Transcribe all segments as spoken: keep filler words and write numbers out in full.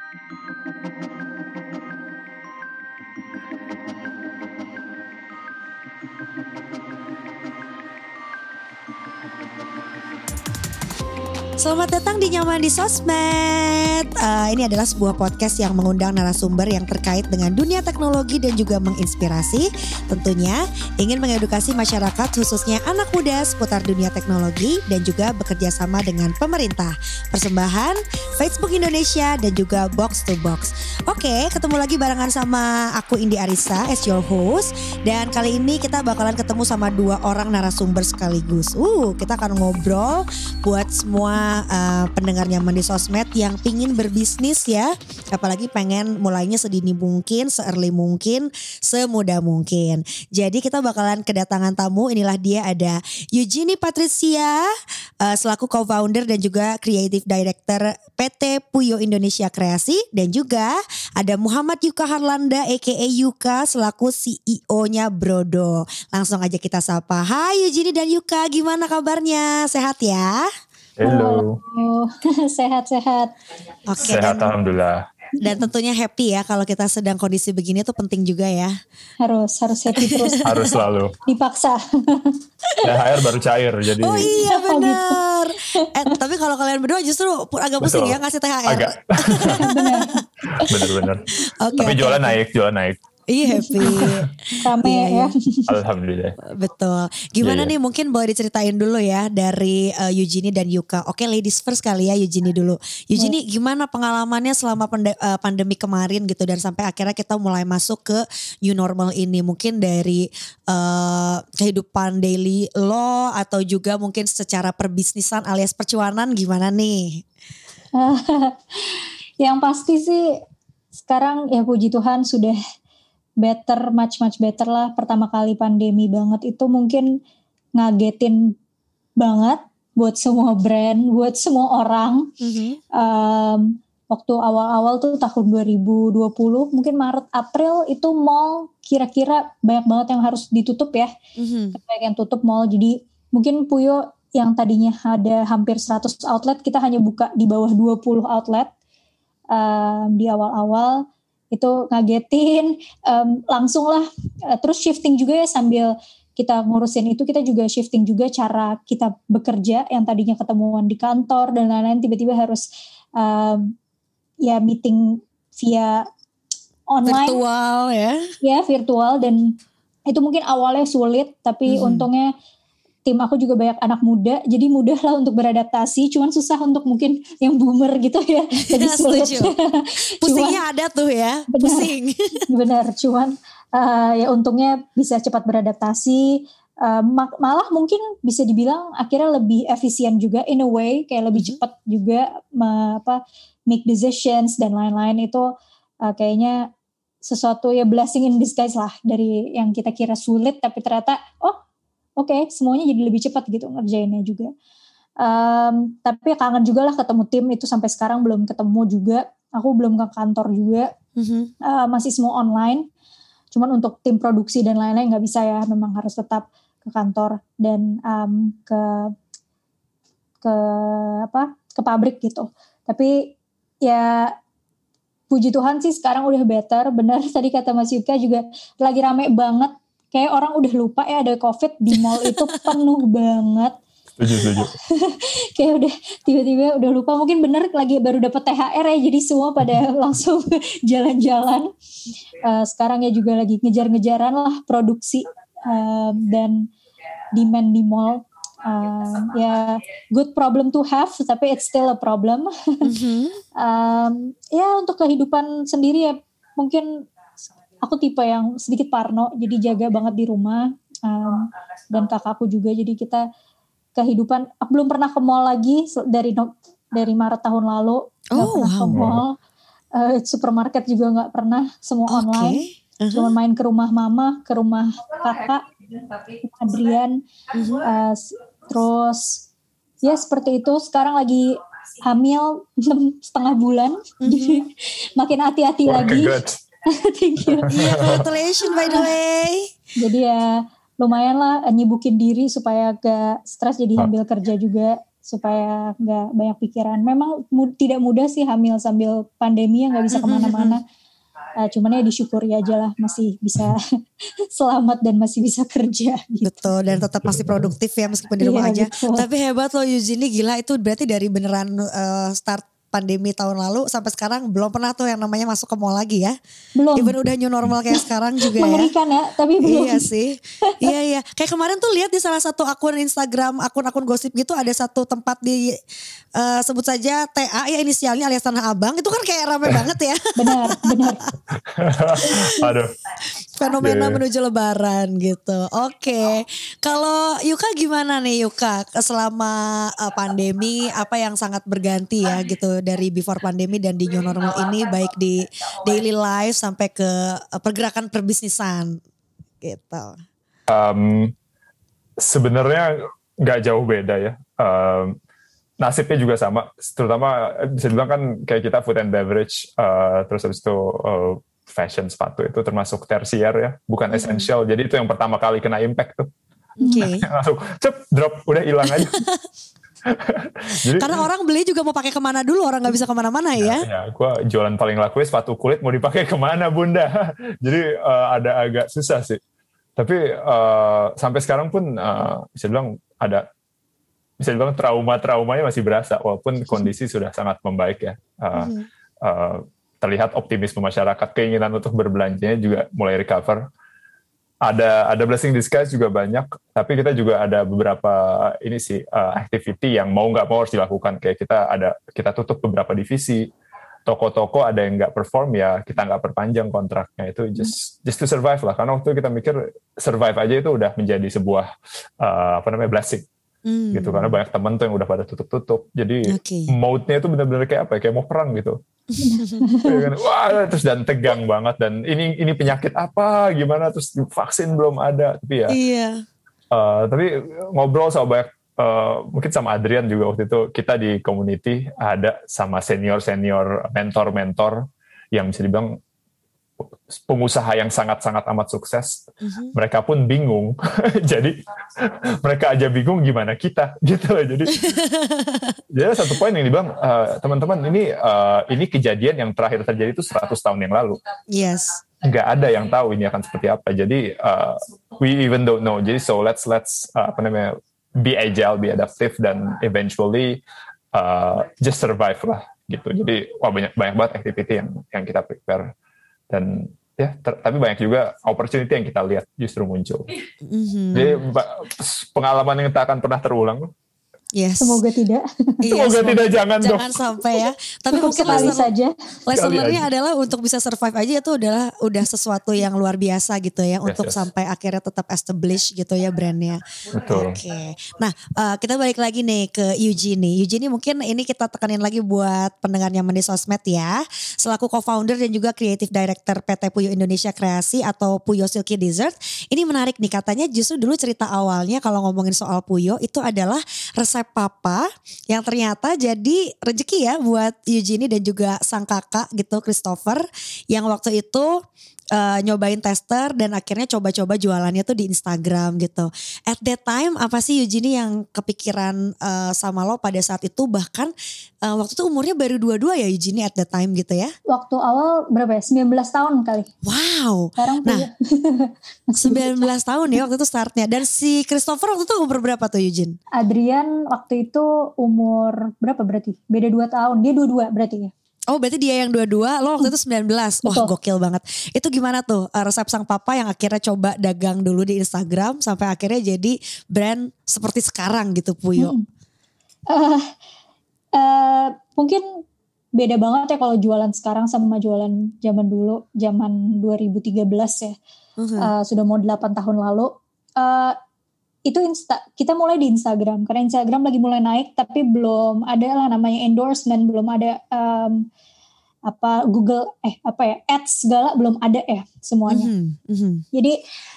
Selamat datang di Nyaman di Sosmed. Uh, ini adalah sebuah podcast yang mengundang narasumber yang terkait dengan dunia teknologi dan juga menginspirasi. Tentunya ingin mengedukasi masyarakat khususnya anak muda seputar dunia teknologi dan juga bekerja sama dengan pemerintah. Persembahan Facebook Indonesia dan juga Box to Box. Oke, ketemu lagi barengan sama aku Indi Arisa as your host. Dan kali ini kita bakalan ketemu sama dua orang narasumber sekaligus. Uh, kita akan ngobrol buat semua Uh, pendengar Nyaman di Sosmed yang pingin berbisnis ya, apalagi pengen mulainya sedini mungkin, se-early mungkin, semudah mungkin. Jadi kita bakalan kedatangan tamu. Inilah dia, ada Eugenie Patricia uh, selaku co-founder dan juga creative director P T Puyo Indonesia Kreasi, dan juga ada Muhammad Yuka Harlanda aka Yuka selaku C E O-nya Brodo. Langsung aja kita sapa. Hai Eugenie dan Yuka, gimana kabarnya? Sehat ya? Halo. Sehat-sehat. Oke, Sehat, dan, alhamdulillah. Dan tentunya happy ya kalau kita sedang kondisi begini tuh penting juga ya. Harus, harus happy terus. Harus selalu. Dipaksa. T H R baru cair jadi. Oh iya benar. eh tapi kalau kalian berdua justru agak pusing ya ngasih T H R. Agak. Bener-bener. Okay, Tapi okay, jualan okay. naik, jualan naik. Iya happy. Rame ya. Alhamdulillah. Betul. Gimana yeah, nih, mungkin boleh diceritain dulu ya dari uh, Eugenie dan Yuka. Oke, ladies first kali ya, Eugenie dulu. Eugenie, yeah. Gimana pengalamannya selama pande- uh, pandemi kemarin gitu, dan sampai akhirnya kita mulai masuk ke new normal ini. Mungkin dari uh, kehidupan daily lo atau juga mungkin secara perbisnisan alias percuanan, gimana nih? Yang pasti sih sekarang ya puji Tuhan sudah better, much much better lah. Pertama kali pandemi banget itu mungkin ngagetin banget buat semua brand, buat semua orang. Mm-hmm. Um, waktu awal-awal tuh tahun dua ribu dua puluh, mungkin Maret April itu mall kira-kira banyak banget yang harus ditutup ya. Mm-hmm. Banyak yang tutup mall. Jadi mungkin Puyo yang tadinya ada hampir seratus outlet, kita hanya buka di bawah dua puluh outlet um, di awal-awal. Itu ngagetin, um, langsung lah uh, terus shifting juga ya, sambil kita ngurusin itu kita juga shifting juga cara kita bekerja, yang tadinya ketemuan di kantor dan lain-lain tiba-tiba harus um, ya meeting via online, virtual ya ya virtual. Dan itu mungkin awalnya sulit, tapi mm-hmm. untungnya tim aku juga banyak anak muda, jadi mudah lah untuk beradaptasi. Cuman susah untuk mungkin yang boomer gitu ya. Jadi sulit. Pusingnya cuman, ada tuh ya. Benar, pusing. Benar. Cuman uh, ya untungnya bisa cepat beradaptasi. Uh, malah mungkin bisa dibilang akhirnya lebih efisien juga in a way, kayak lebih mm-hmm. cepat juga me, apa make decisions dan lain-lain. Itu uh, kayaknya sesuatu ya blessing in disguise lah, dari yang kita kira sulit tapi ternyata oh oke, okay, semuanya jadi lebih cepat gitu ngerjainnya juga. Um, tapi kangen juga lah ketemu tim, itu sampai sekarang belum ketemu juga. Aku belum ke kantor juga, mm-hmm. uh, masih semua online. Cuman untuk tim produksi dan lain-lain nggak bisa ya, memang harus tetap ke kantor dan um, ke ke apa ke pabrik gitu. Tapi ya puji Tuhan sih sekarang udah better. Benar tadi kata Mas Yuka juga lagi rame banget. Kayak orang udah lupa ya ada COVID di mall itu penuh banget. Setuju, setuju. Kayak udah tiba-tiba udah lupa. Mungkin bener lagi baru dapat T H R ya, jadi semua pada langsung jalan-jalan. Uh, sekarang ya juga lagi ngejar-ngejaran lah produksi uh, dan demand di mall. Uh, ya good problem to have, tapi it's still a problem. Mm-hmm. um, ya untuk kehidupan sendiri ya mungkin aku tipe yang sedikit parno, jadi jaga banget di rumah, um, dan kakakku juga, jadi kita kehidupan belum pernah ke mall lagi dari dari Maret tahun lalu, nggak oh, pernah wow. ke mall, uh, supermarket juga nggak pernah, semua okay. online, uh-huh. cuma main ke rumah mama, ke rumah kakak, Adrian, uh-huh. uh, terus ya seperti itu. Sekarang lagi hamil enam setengah bulan, uh-huh. jadi makin hati-hati Work lagi. Thank you. Congratulations by the way. Jadi ya lumayan lah nyibukin diri supaya gak stres, jadi sambil kerja juga. supaya nggak banyak pikiran. Memang mu- tidak mudah sih hamil sambil pandemi yang nggak bisa kemana-mana. Uh, cuman ya disyukuri aja lah masih bisa selamat dan masih bisa kerja gitu. Betul, dan tetap masih produktif ya meskipun di rumah Iya, aja. betul. Tapi hebat loh Eugenie, gila itu berarti dari beneran uh, start pandemi tahun lalu sampai sekarang belum pernah tuh yang namanya masuk ke mall lagi ya. Belum. Even udah new normal kayak sekarang juga ya. Mengerikan ya, tapi belum. Iya sih. Iya iya. Kayak kemarin tuh lihat di salah satu akun Instagram, akun-akun gosip gitu ada satu tempat di uh, sebut saja T A ya inisialnya alias Tanah Abang. Itu kan kayak rame banget ya. Benar, benar. Aduh. Fenomena Yeah. menuju lebaran gitu. Oke. Kalau Yuka gimana nih Yuka? Selama uh, pandemi apa yang sangat berganti ya gitu dari before pandemi dan di new normal ini baik di daily life sampai ke uh, pergerakan perbisnisan gitu. Um, sebenarnya nggak jauh beda ya. Um, nasibnya juga sama, terutama bisa dibilang kan kayak kita food and beverage, uh, terus habis itu uh, fashion sepatu itu termasuk tersier ya, bukan Mm-hmm. essential. Jadi itu yang pertama kali kena impact tuh. Oke. Okay. Langsung cep drop udah hilang aja. Jadi, karena orang beli juga mau pakai kemana dulu, orang nggak bisa kemana-mana ya. Ya, gue jualan paling laku sepatu kulit mau dipakai kemana bunda. Jadi uh, ada agak susah sih. Tapi uh, sampai sekarang pun uh, bisa bilang ada, bisa dibilang trauma-traumanya masih berasa walaupun kondisi sudah sangat membaik ya. Uh, mm-hmm. uh, terlihat optimisme masyarakat, keinginan untuk berbelanjanya juga mulai recover. Ada ada blessing disguise juga banyak, tapi kita juga ada beberapa ini sih uh, activity yang mau nggak mau harus dilakukan. Kayak kita ada kita tutup beberapa divisi, toko-toko ada yang nggak perform ya kita nggak perpanjang kontraknya, itu just just to survive lah. Karena waktu itu kita mikir survive aja itu udah menjadi sebuah uh, apa namanya blessing. Hmm. Gitu karena banyak teman tuh yang udah pada tutup-tutup, jadi okay. mode-nya itu benar-benar kayak apa ya, kayak mau perang gitu. Wah terus dan tegang banget, dan ini ini penyakit apa gimana, terus vaksin belum ada, tapi ya iya. uh, tapi ngobrol sama banyak uh, mungkin sama Adrian juga waktu itu, kita di community ada sama senior-senior mentor-mentor yang bisa dibilang pengusaha yang sangat-sangat amat sukses, mm-hmm. mereka pun bingung. Jadi mereka aja bingung gimana kita gitu loh. Jadi jadi satu poin yang dibilang uh, teman-teman ini uh, ini kejadian yang terakhir terjadi itu seratus tahun yang lalu. Yes. Nggak ada yang tahu ini akan seperti apa. Jadi uh, we even don't know. Jadi so let's let's uh, apa namanya be agile, be adaptive, dan eventually uh, just survive lah gitu. Jadi wah banyak banyak banget activity yang yang kita prepare. Dan ya, ter- tapi banyak juga opportunity yang kita lihat justru muncul. Mm-hmm. Jadi pengalaman yang tak akan pernah terulang. Yes. Semoga tidak. Iya, semoga tidak, jangan dong. Jangan sampai ya. Tapi cukup mungkin sekali lesson, saja. Lesson-nya adalah untuk bisa survive aja itu adalah udah sesuatu yang luar biasa gitu ya. Yes, untuk yes. sampai akhirnya tetap establish gitu ya brandnya. Betul. Oke. Okay. Nah uh, kita balik lagi nih ke Eugenie. Eugenie mungkin ini kita tekanin lagi buat pendengar Nyaman di Sosmed ya. Selaku co-founder dan juga creative director P T Puyo Indonesia Kreasi atau Puyo Silky Dessert. Ini menarik nih, katanya justru dulu cerita awalnya kalau ngomongin soal Puyo itu adalah resep papa yang ternyata jadi rezeki ya buat Eugenie dan juga sang kakak gitu Christopher, yang waktu itu uh, nyobain tester dan akhirnya coba-coba jualannya tuh di Instagram gitu. At that time apa sih Eugenie yang kepikiran uh, sama lo pada saat itu, bahkan uh, waktu itu umurnya baru dua puluh dua ya Eugenie at that time gitu ya? Waktu awal berapa ya? sembilan belas tahun kali. Wow. Sekarang nah sembilan belas tahun ya waktu itu startnya. Dan si Christopher waktu itu umur berapa tuh Eugene? Adrian waktu itu umur berapa berarti? Beda dua tahun. Dia dua puluh dua berarti ya? Oh berarti dia yang dua puluh dua, lo waktu itu sembilan belas. Wah Betul. Gokil banget. Itu gimana tuh resep sang papa yang akhirnya coba dagang dulu di Instagram sampai akhirnya jadi brand seperti sekarang gitu Puyo? Hmm. Uh, uh, mungkin beda banget ya kalau jualan sekarang sama jualan zaman dulu, zaman dua ribu tiga belas ya. Uh-huh. Uh, sudah mau delapan tahun lalu. Uh, itu insta, kita mulai di Instagram karena Instagram lagi mulai naik, tapi belum ada lah namanya endorsement, belum ada um, apa Google eh apa ya ads segala belum ada ya semuanya. Mm-hmm. Mm-hmm. Jadi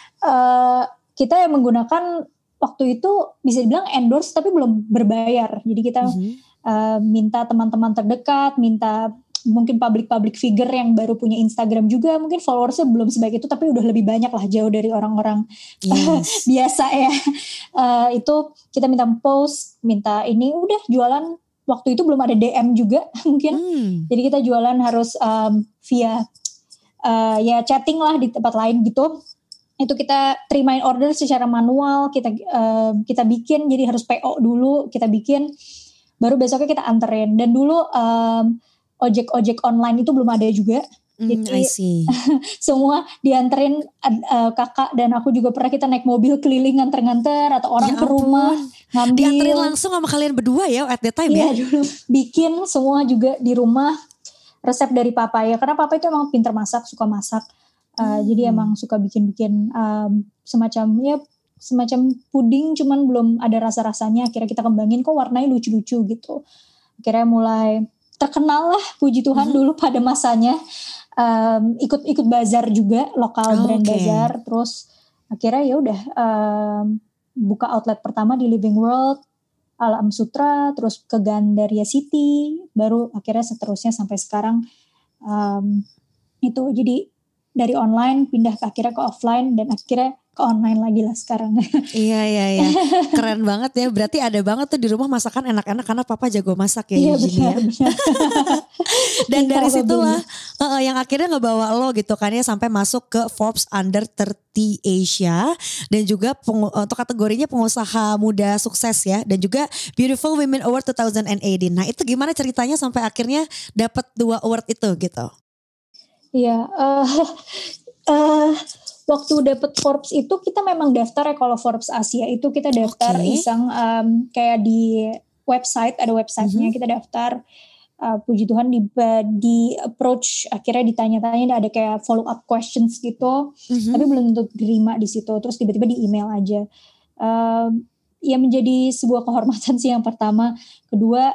uh, kita yang menggunakan waktu itu bisa dibilang endorse tapi belum berbayar. Jadi kita mm-hmm. uh, minta teman-teman terdekat, minta mungkin public-public figure yang baru punya Instagram juga, mungkin followersnya belum sebaik itu, tapi udah lebih banyak lah, jauh dari orang-orang yes. biasa ya. Uh, itu kita minta post, minta ini, udah jualan. Waktu itu belum ada D M juga mungkin, hmm. jadi kita jualan harus um, via uh, ya chatting lah di tempat lain gitu. Itu kita terimain order secara manual, kita uh, kita bikin, jadi harus P O dulu, kita bikin. Baru besoknya kita anterin. Dan dulu um, ojek-ojek online itu belum ada juga. Mm, Jadi I see. semua dianterin uh, kakak dan aku juga pernah kita naik mobil keliling nganter-nganter atau orang ya ke rumah ngambil. Dianterin langsung sama kalian berdua ya at that time ya? Iya dulu. Bikin semua juga di rumah. Resep dari papa ya. Karena papa itu emang pinter masak, suka masak. Uh, hmm. Jadi emang suka bikin-bikin um, semacam ya semacam puding, cuman belum ada rasa-rasanya. Akhirnya kita kembangin, kok warnanya lucu-lucu gitu. Akhirnya mulai terkenal lah, puji Tuhan mm-hmm. dulu pada masanya. Um, ikut-ikut bazar juga, lokal oh, brand okay. bazar. Terus akhirnya ya udah um, buka outlet pertama di Living World, Alam Sutra, terus ke Gandaria City, baru akhirnya seterusnya sampai sekarang. Um, itu jadi dari online pindah ke akhirnya ke offline dan akhirnya ke online lagi lah sekarang. Iya iya iya, keren banget ya. Berarti ada banget tuh di rumah masakan enak-enak karena papa jago masak ya. Iya benar. Ya. Dan dari situlah uh, yang akhirnya ngebawa lo gitu kan ya sampai masuk ke Forbes Under tiga puluh Asia dan juga pengu- untuk kategorinya pengusaha muda sukses ya, dan juga Beautiful Women Award dua ribu delapan belas. Nah itu gimana ceritanya sampai akhirnya dapat dua award itu gitu? Iya. Uh, uh, Waktu dapet Forbes itu kita memang daftar ya, kalau Forbes Asia itu kita daftar okay. iseng um, kayak di website, ada websitenya mm-hmm. kita daftar. Uh, puji Tuhan di, di approach, akhirnya ditanya-tanya, ada kayak follow up questions gitu, mm-hmm. tapi belum tentu diterima di situ. Terus tiba-tiba di email aja. Uh, ya menjadi sebuah kehormatan sih yang pertama. Kedua,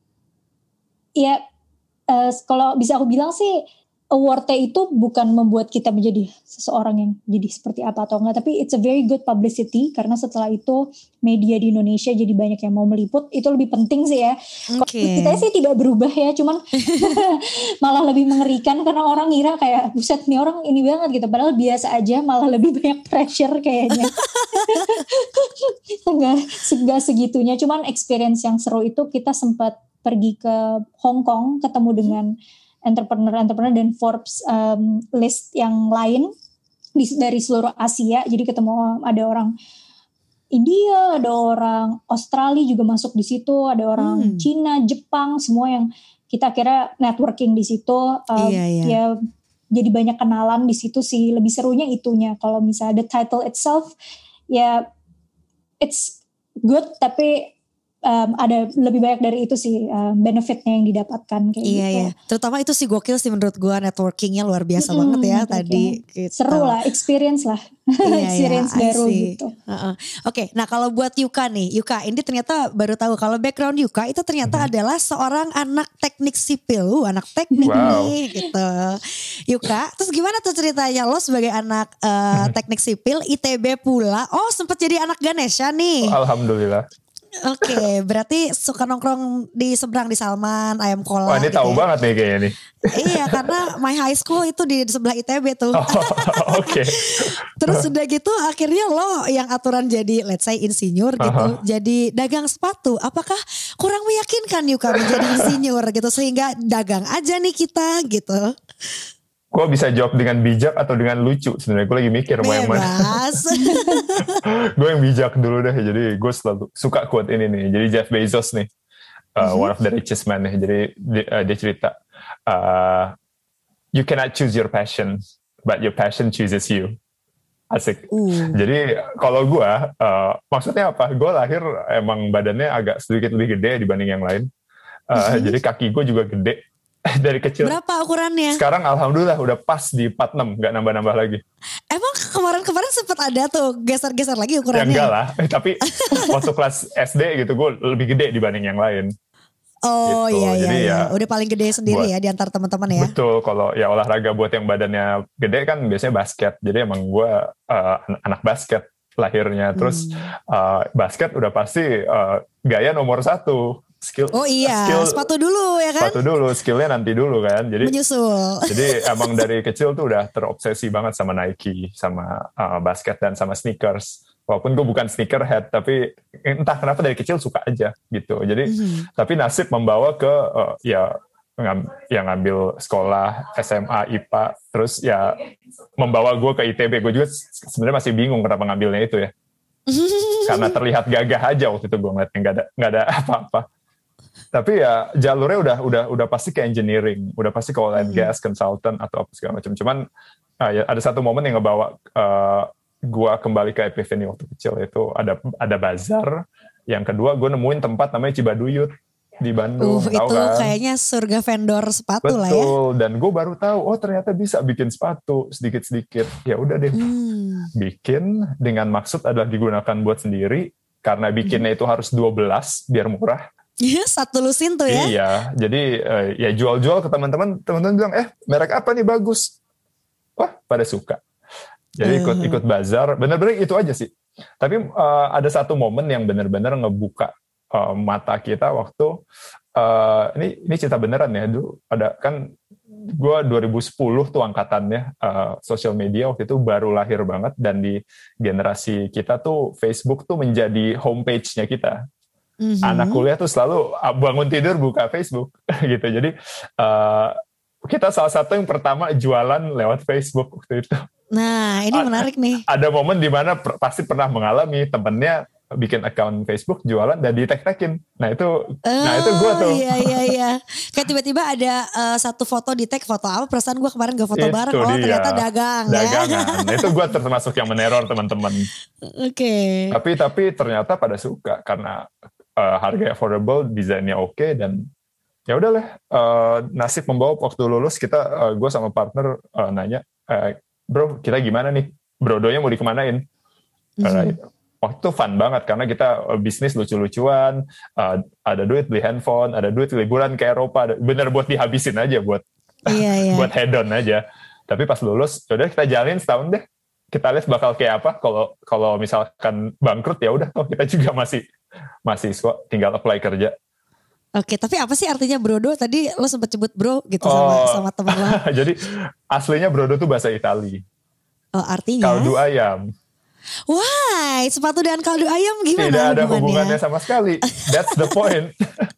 ya uh, kalau bisa aku bilang sih, award-nya itu bukan membuat kita menjadi seseorang yang jadi seperti apa atau enggak, tapi it's a very good publicity karena setelah itu media di Indonesia jadi banyak yang mau meliput, itu lebih penting sih ya. Okay. Kita sih tidak berubah ya, cuman malah lebih mengerikan karena orang ngira kayak buset nih orang ini banget gitu, padahal biasa aja, malah lebih banyak pressure kayaknya. Enggak, enggak segitunya, cuman experience yang seru itu kita sempat pergi ke Hong Kong ketemu dengan entrepreneur-entrepreneur dan Forbes um, list yang lain di, dari seluruh Asia. Jadi ketemu ada orang India, ada orang Australia juga masuk di situ, ada orang hmm. Cina, Jepang, semua yang kita kira networking di situ. Um, iya, iya. Ya jadi banyak kenalan di situ sih. Lebih serunya itunya. Kalau misalnya the title itself, ya it's good, tapi Um, ada lebih banyak dari itu sih um, benefitnya yang didapatkan kayak iya, gitu. Iya, terutama itu sih gokil sih menurut gue, networkingnya luar biasa hmm, banget ya tadi. Gitu. Seru lah, experience lah, iya, experience iya, baru gitu. Uh-uh. Oke, okay, nah kalau buat Yuka nih, Yuka ini ternyata baru tahu kalau background Yuka itu ternyata hmm. adalah seorang anak teknik sipil, uh, anak teknik wow. nih gitu. Yuka, terus gimana tuh ceritanya lo sebagai anak uh, teknik sipil I T B pula? Oh sempat jadi anak Ganesha nih. Alhamdulillah. Oke, okay, berarti suka nongkrong di seberang di Salman, ayam kolak. Wah ini gitu tahu ya. banget nih kayaknya nih. Iya, karena my high school itu di sebelah I T B tuh. Oh, Oke. Okay. Terus udah gitu akhirnya lo yang aturan jadi let's say insinyur gitu, uh-huh. jadi dagang sepatu. Apakah kurang meyakinkan Yuka menjadi insinyur gitu sehingga dagang aja nih kita gitu? Gue bisa jawab dengan bijak atau dengan lucu sebenarnya. Gue lagi mikir mau yang mana. Gue yang bijak dulu deh. Jadi gue selalu suka quote ini nih. Jadi Jeff Bezos nih, uh, mm-hmm. one of the richest man nih. Jadi dia, uh, dia cerita, uh, you cannot choose your passion, but your passion chooses you. Asik. Uh. Jadi kalau gue, uh, maksudnya apa? Gue lahir emang badannya agak sedikit lebih gede dibanding yang lain. Uh, mm-hmm. Jadi kaki gue juga gede. Dari kecil. Berapa ukurannya? Sekarang alhamdulillah udah pas di empat puluh enam, gak nambah-nambah lagi. Emang kemarin-kemarin sempat ada tuh geser-geser lagi ukurannya? Ya enggak lah, tapi waktu kelas S D gitu gue lebih gede dibanding yang lain. Oh gitu. iya Jadi iya, ya, udah paling gede sendiri buat, ya di antar teman-teman ya. Betul, kalau ya olahraga buat yang badannya gede kan biasanya basket. Jadi emang gue uh, anak basket lahirnya. Terus hmm. uh, basket udah pasti uh, gaya nomor satu. skill. Oh iya, skill, sepatu dulu ya kan? Sepatu dulu, skillnya nanti dulu kan. Jadi menyusul. Jadi emang dari kecil tuh udah terobsesi banget sama Nike, sama uh, basket dan sama sneakers. Walaupun gue bukan sneakerhead, tapi entah kenapa dari kecil suka aja gitu. Jadi mm-hmm. tapi nasib membawa ke uh, ya ngam, yang ngambil sekolah S M A I P A, terus ya membawa gue ke I T B. Gue juga sebenarnya masih bingung kenapa ngambilnya itu ya. Karena terlihat gagah aja waktu itu gue ngeliatnya nggak ada nggak ada apa-apa. Tapi ya jalurnya udah udah udah pasti ke engineering, udah pasti ke oil and gas, hmm. consultant atau apa segala macam. Cuman uh, ya ada satu momen yang ngebawa uh, gue kembali ke epiphany waktu kecil, itu ada ada bazar. Yang kedua gue nemuin tempat namanya Cibaduyut di Bandung. Uh, itu kan? Kayaknya surga vendor sepatu. Betul, lah ya. Betul, dan gue baru tahu oh ternyata bisa bikin sepatu sedikit-sedikit. Ya udah deh, hmm. bikin dengan maksud adalah digunakan buat sendiri, karena bikinnya hmm. itu harus dua belas biar murah. Satu lusin tuh ya. Iya, jadi uh, ya jual-jual ke teman-teman, teman-teman bilang, eh merek apa nih bagus? Wah, pada suka. Jadi ikut-ikut bazar, benar-benar itu aja sih. Tapi uh, ada satu momen yang benar-benar ngebuka uh, mata kita waktu, uh, ini ini cerita beneran ya, dulu ada kan, gue dua ribu sepuluh tuh angkatannya, uh, social media waktu itu baru lahir banget, dan di generasi kita tuh Facebook tuh menjadi homepage-nya kita. Mm-hmm. Anak kuliah tuh selalu bangun tidur buka Facebook gitu. Jadi uh, kita salah satu yang pertama jualan lewat Facebook waktu itu. Nah ini menarik nih. Ada momen di mana per, pasti pernah mengalami temennya bikin account Facebook jualan dan di-tag-tagin. Nah itu, oh, nah itu gue tuh. Iya iya iya. Kayak tiba-tiba ada uh, satu foto di tag, foto apa? Perasaan gue kemarin gak foto itu bareng. Oh dia. Ternyata dagang. Dagangan. Ya? Nah, itu gue termasuk yang meneror teman-teman. Oke. Okay. Tapi tapi ternyata pada suka karena Uh, harga affordable, desainnya oke, okay, dan ya udahlah, uh, nasib membawa waktu lulus kita, uh, gue sama partner uh, nanya, uh, bro kita gimana nih, brodonya mau dikemanain? Mm-hmm. Uh, waktu itu fun banget karena kita uh, bisnis lucu-lucuan, uh, ada duit beli handphone, ada duit liburan ke Eropa, bener buat dihabisin aja, buat yeah, yeah. buat head on aja. Tapi pas lulus, udah kita jalin setahun deh. Kita lihat bakal kayak apa. Kalau kalau misalkan bangkrut ya udah, toh kita juga masih mahasiswa, tinggal apply kerja. Oke, tapi apa sih artinya brodo? Tadi lo sempat sebut bro gitu oh, sama sama teman lo. Jadi aslinya brodo tuh bahasa Itali. Oh, artinya? Kaldu ayam. Wah, sepatu dan kaldu ayam gimana? Tidak ada hubungannya sama sekali. That's the point.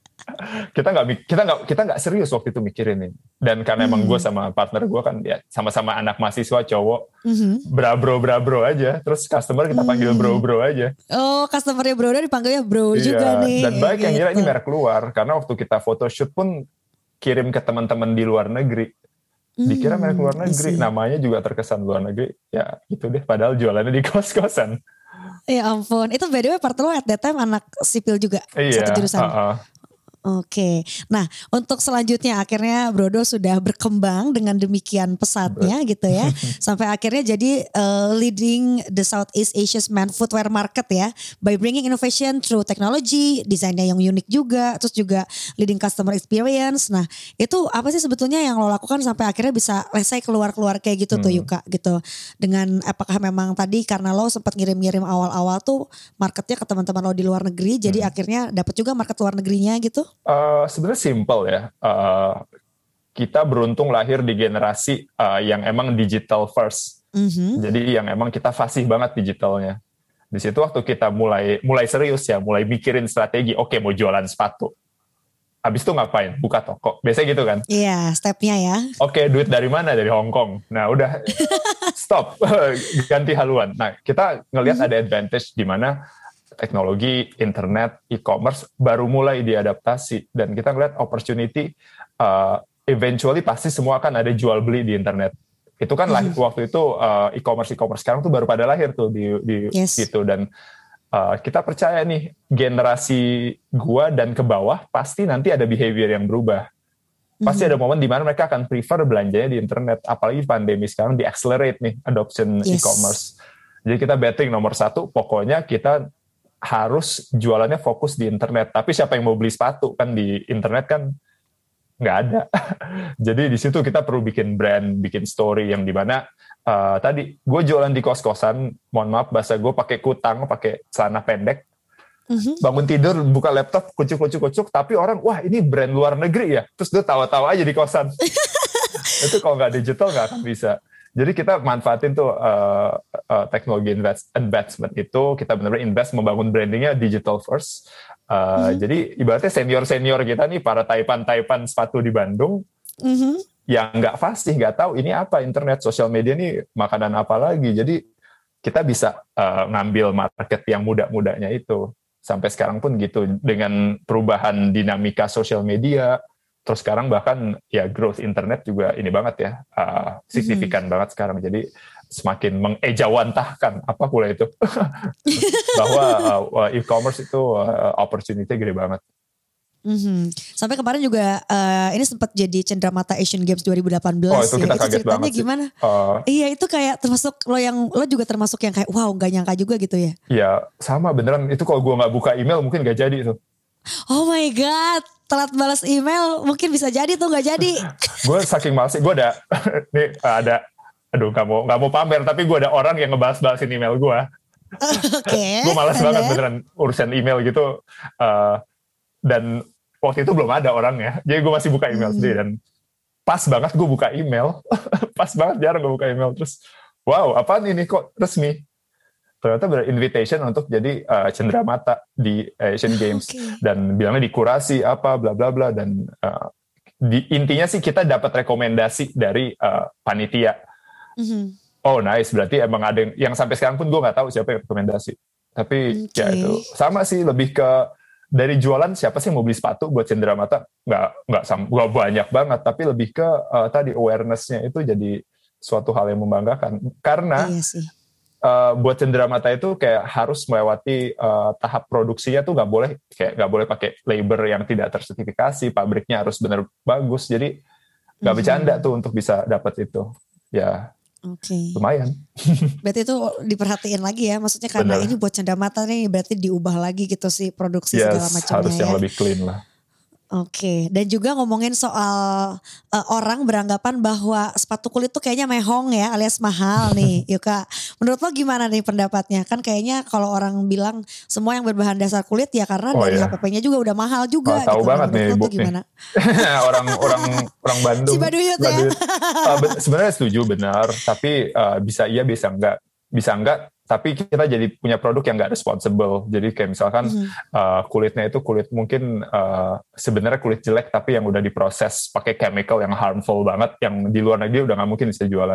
kita nggak kita nggak kita nggak serius waktu itu mikirin ini, dan karena hmm. emang gue sama partner gue kan ya sama-sama anak mahasiswa cowok, mm-hmm. bra-bro bra-bro aja, terus customer kita panggil mm. bro-bro aja. Oh, customernya bro dipanggilnya bro iya, juga nih. Dan baik gitu. Yang kira ini merek luar, karena waktu kita photoshoot pun kirim ke teman-teman di luar negeri, dikira merek luar negeri, namanya juga terkesan luar negeri, ya gitu deh. Padahal jualannya di kos-kosan. Ya ampun, itu by the way partner lo at that time anak sipil juga, iya, satu jurusan. Uh-uh. Oke, nah untuk selanjutnya akhirnya Brodo sudah berkembang dengan demikian pesatnya gitu ya. Sampai akhirnya jadi uh, leading the Southeast Asia's men footwear market ya. By bringing innovation through technology, desainnya yang unik juga, terus juga leading customer experience. Nah itu apa sih sebetulnya yang lo lakukan sampai akhirnya bisa lesai keluar-keluar kayak gitu hmm. tuh Yuka gitu. Dengan apakah memang tadi karena lo sempat ngirim-ngirim awal-awal tuh marketnya ke teman-teman lo di luar negeri, jadi hmm. akhirnya dapat juga market luar negerinya gitu? Uh, sebenarnya simple ya. Uh, kita beruntung lahir di generasi uh, yang emang digital first. Mm-hmm. Jadi yang emang kita fasih banget digitalnya. Di situ waktu kita mulai mulai serius ya, mulai mikirin strategi. Oke, mau jualan sepatu. Habis itu ngapain? Buka toko. Biasanya gitu kan? Iya, yeah, stepnya ya. Oke, duit dari mana? Dari Hong Kong. Nah, udah stop, ganti haluan. Nah, kita ngelihat mm-hmm. ada advantage di mana teknologi, internet, e-commerce baru mulai diadaptasi, dan kita ngeliat opportunity, uh, eventually pasti semua akan ada jual beli di internet. Itu kan lahir, mm. waktu itu uh, e-commerce e-commerce sekarang tuh baru pada lahir tuh di, di yes. gitu, dan uh, kita percaya nih generasi gua dan ke bawah pasti nanti ada behavior yang berubah. Pasti mm. ada momen di mana mereka akan prefer belanjanya di internet, apalagi pandemi sekarang di-accelerate nih adoption yes. e-commerce. Jadi kita betting nomor satu, pokoknya kita harus jualannya fokus di internet. Tapi siapa yang mau beli sepatu kan di internet kan nggak ada. Jadi di situ kita perlu bikin brand, bikin story yang dimana uh, tadi gue jualan di kos-kosan, mohon maaf bahasa gue pakai kutang, pakai celana pendek, Mm-hmm. Bangun tidur, buka laptop, kucuk-kucuk-kucuk, tapi orang, wah ini brand luar negeri ya. Terus dia tawa-tawa aja di kosan. Itu kalau nggak digital nggak akan bisa. Jadi kita manfaatin tuh uh, uh, teknologi invest, investment itu, kita benar-benar invest membangun brandingnya digital first. Uh, mm-hmm. Jadi ibaratnya senior-senior kita nih, para taipan-taipan sepatu di Bandung, mm-hmm. yang nggak fasih, nggak tahu ini apa internet, sosial media nih makanan apa lagi. Jadi kita bisa uh, ngambil market yang muda-mudanya itu. Sampai sekarang pun gitu, dengan perubahan dinamika sosial media, terus sekarang bahkan ya growth internet juga ini banget ya, uh, signifikan mm-hmm. banget sekarang. Jadi semakin mengejawantahkan apa pula itu, bahwa uh, e-commerce itu uh, opportunity gede banget. Mm-hmm. Sampai kemarin juga uh, ini sempat jadi cenderamata Asian Games dua ribu delapan belas. Oh, itu kita ya. kaget Itu ceritanya banget gimana? Uh, iya itu kayak termasuk lo yang lo juga termasuk yang kayak wow nggak nyangka juga gitu ya? Iya sama beneran, itu kalau gue nggak buka email mungkin nggak jadi itu. Oh my god, telat balas email mungkin bisa jadi tuh nggak jadi. Gue saking males, gue ada nih ada, aduh nggak mau nggak mau pamer tapi gue ada orang yang ngebahas-bahasin email gue. Oke. Okay, gue malas banget beneran urusan email gitu. Uh, Dan waktu itu belum ada orangnya, jadi gue masih buka email hmm. sendiri. Dan pas banget gue buka email, pas banget jarang gue buka email. Terus, wow, apaan ini kok resmi? Ternyata ber-invitation untuk jadi uh, cenderamata di Asian Games. Okay. Dan bilangnya dikurasi apa, bla bla bla. Dan uh, di, intinya sih kita dapat rekomendasi dari uh, panitia. Mm-hmm. Oh nice, berarti emang ada yang, yang sampai sekarang pun gue nggak tahu siapa yang rekomendasi. Tapi okay. ya itu sama sih, lebih ke dari jualan, siapa sih mau beli sepatu buat cenderamata? Nggak, nggak, nggak banyak banget, tapi lebih ke uh, tadi awareness-nya itu jadi suatu hal yang membanggakan. Karena iya sih. Uh, buat cenderamata itu kayak harus melewati uh, tahap produksinya tuh nggak boleh kayak nggak boleh pakai labor yang tidak tersertifikasi, pabriknya harus benar bagus. Jadi nggak mm-hmm. bercanda tuh untuk bisa dapat itu. Ya. Oke. Okay. Lumayan. Berarti itu diperhatiin lagi ya, maksudnya karena bener. Ini buat cenderamata nih berarti diubah lagi gitu sih produksi yes, segala macamnya. Harus ya. Yang lebih clean lah. Oke, okay. Dan juga ngomongin soal uh, orang beranggapan bahwa sepatu kulit tuh kayaknya mehong ya, alias mahal nih, Yuka. Menurut lo gimana nih pendapatnya? Kan kayaknya kalau orang bilang semua yang berbahan dasar kulit ya karena oh, dari iya. H P P-nya juga udah mahal juga. Oh, tahu gitu. banget nih, Ibu gimana? orang orang orang Bandung. Si Baduyut, Baduyut. ya. uh, sebenarnya setuju benar, tapi uh, bisa iya bisa enggak, bisa enggak. Tapi kita jadi punya produk yang nggak responsible. Jadi kayak misalkan mm-hmm. uh, kulitnya itu kulit mungkin uh, sebenarnya kulit jelek tapi yang udah diproses pakai chemical yang harmful banget, yang di luar negeri udah nggak mungkin bisa jualan.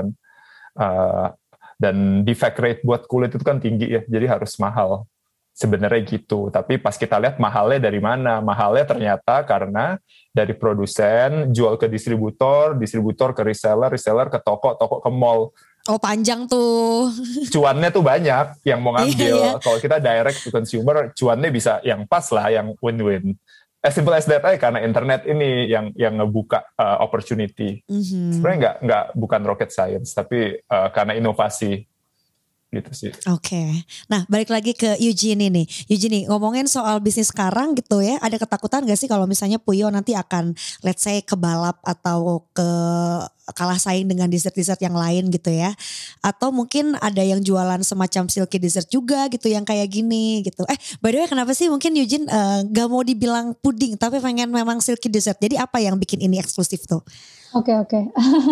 Uh, dan defect rate buat kulit itu kan tinggi ya, jadi harus mahal. Sebenarnya gitu. Tapi pas kita lihat mahalnya dari mana? Mahalnya ternyata karena dari produsen jual ke distributor, distributor ke reseller, reseller ke toko, toko ke mall. Oh panjang tuh. Cuannya tuh banyak yang mau ngambil. Iya, iya. Kalau kita direct to consumer, cuannya bisa yang pas lah, yang win-win. As simple as that aja, karena internet ini yang yang ngebuka uh, opportunity. Mm-hmm. Sebenarnya nggak nggak bukan rocket science, tapi uh, karena inovasi. Gitu sih. Oke, okay. Nah balik lagi ke Eugenie nih. Eugenie ngomongin soal bisnis sekarang gitu ya, ada ketakutan gak sih kalau misalnya Puyo nanti akan let's say kebalap atau ke kalah saing dengan dessert-dessert yang lain gitu ya? Atau mungkin ada yang jualan semacam silky dessert juga gitu yang kayak gini gitu. Eh by the way kenapa sih mungkin Eugene uh, gak mau dibilang puding tapi pengen memang silky dessert? Jadi apa yang bikin ini eksklusif tuh? Oke okay, oke. Okay.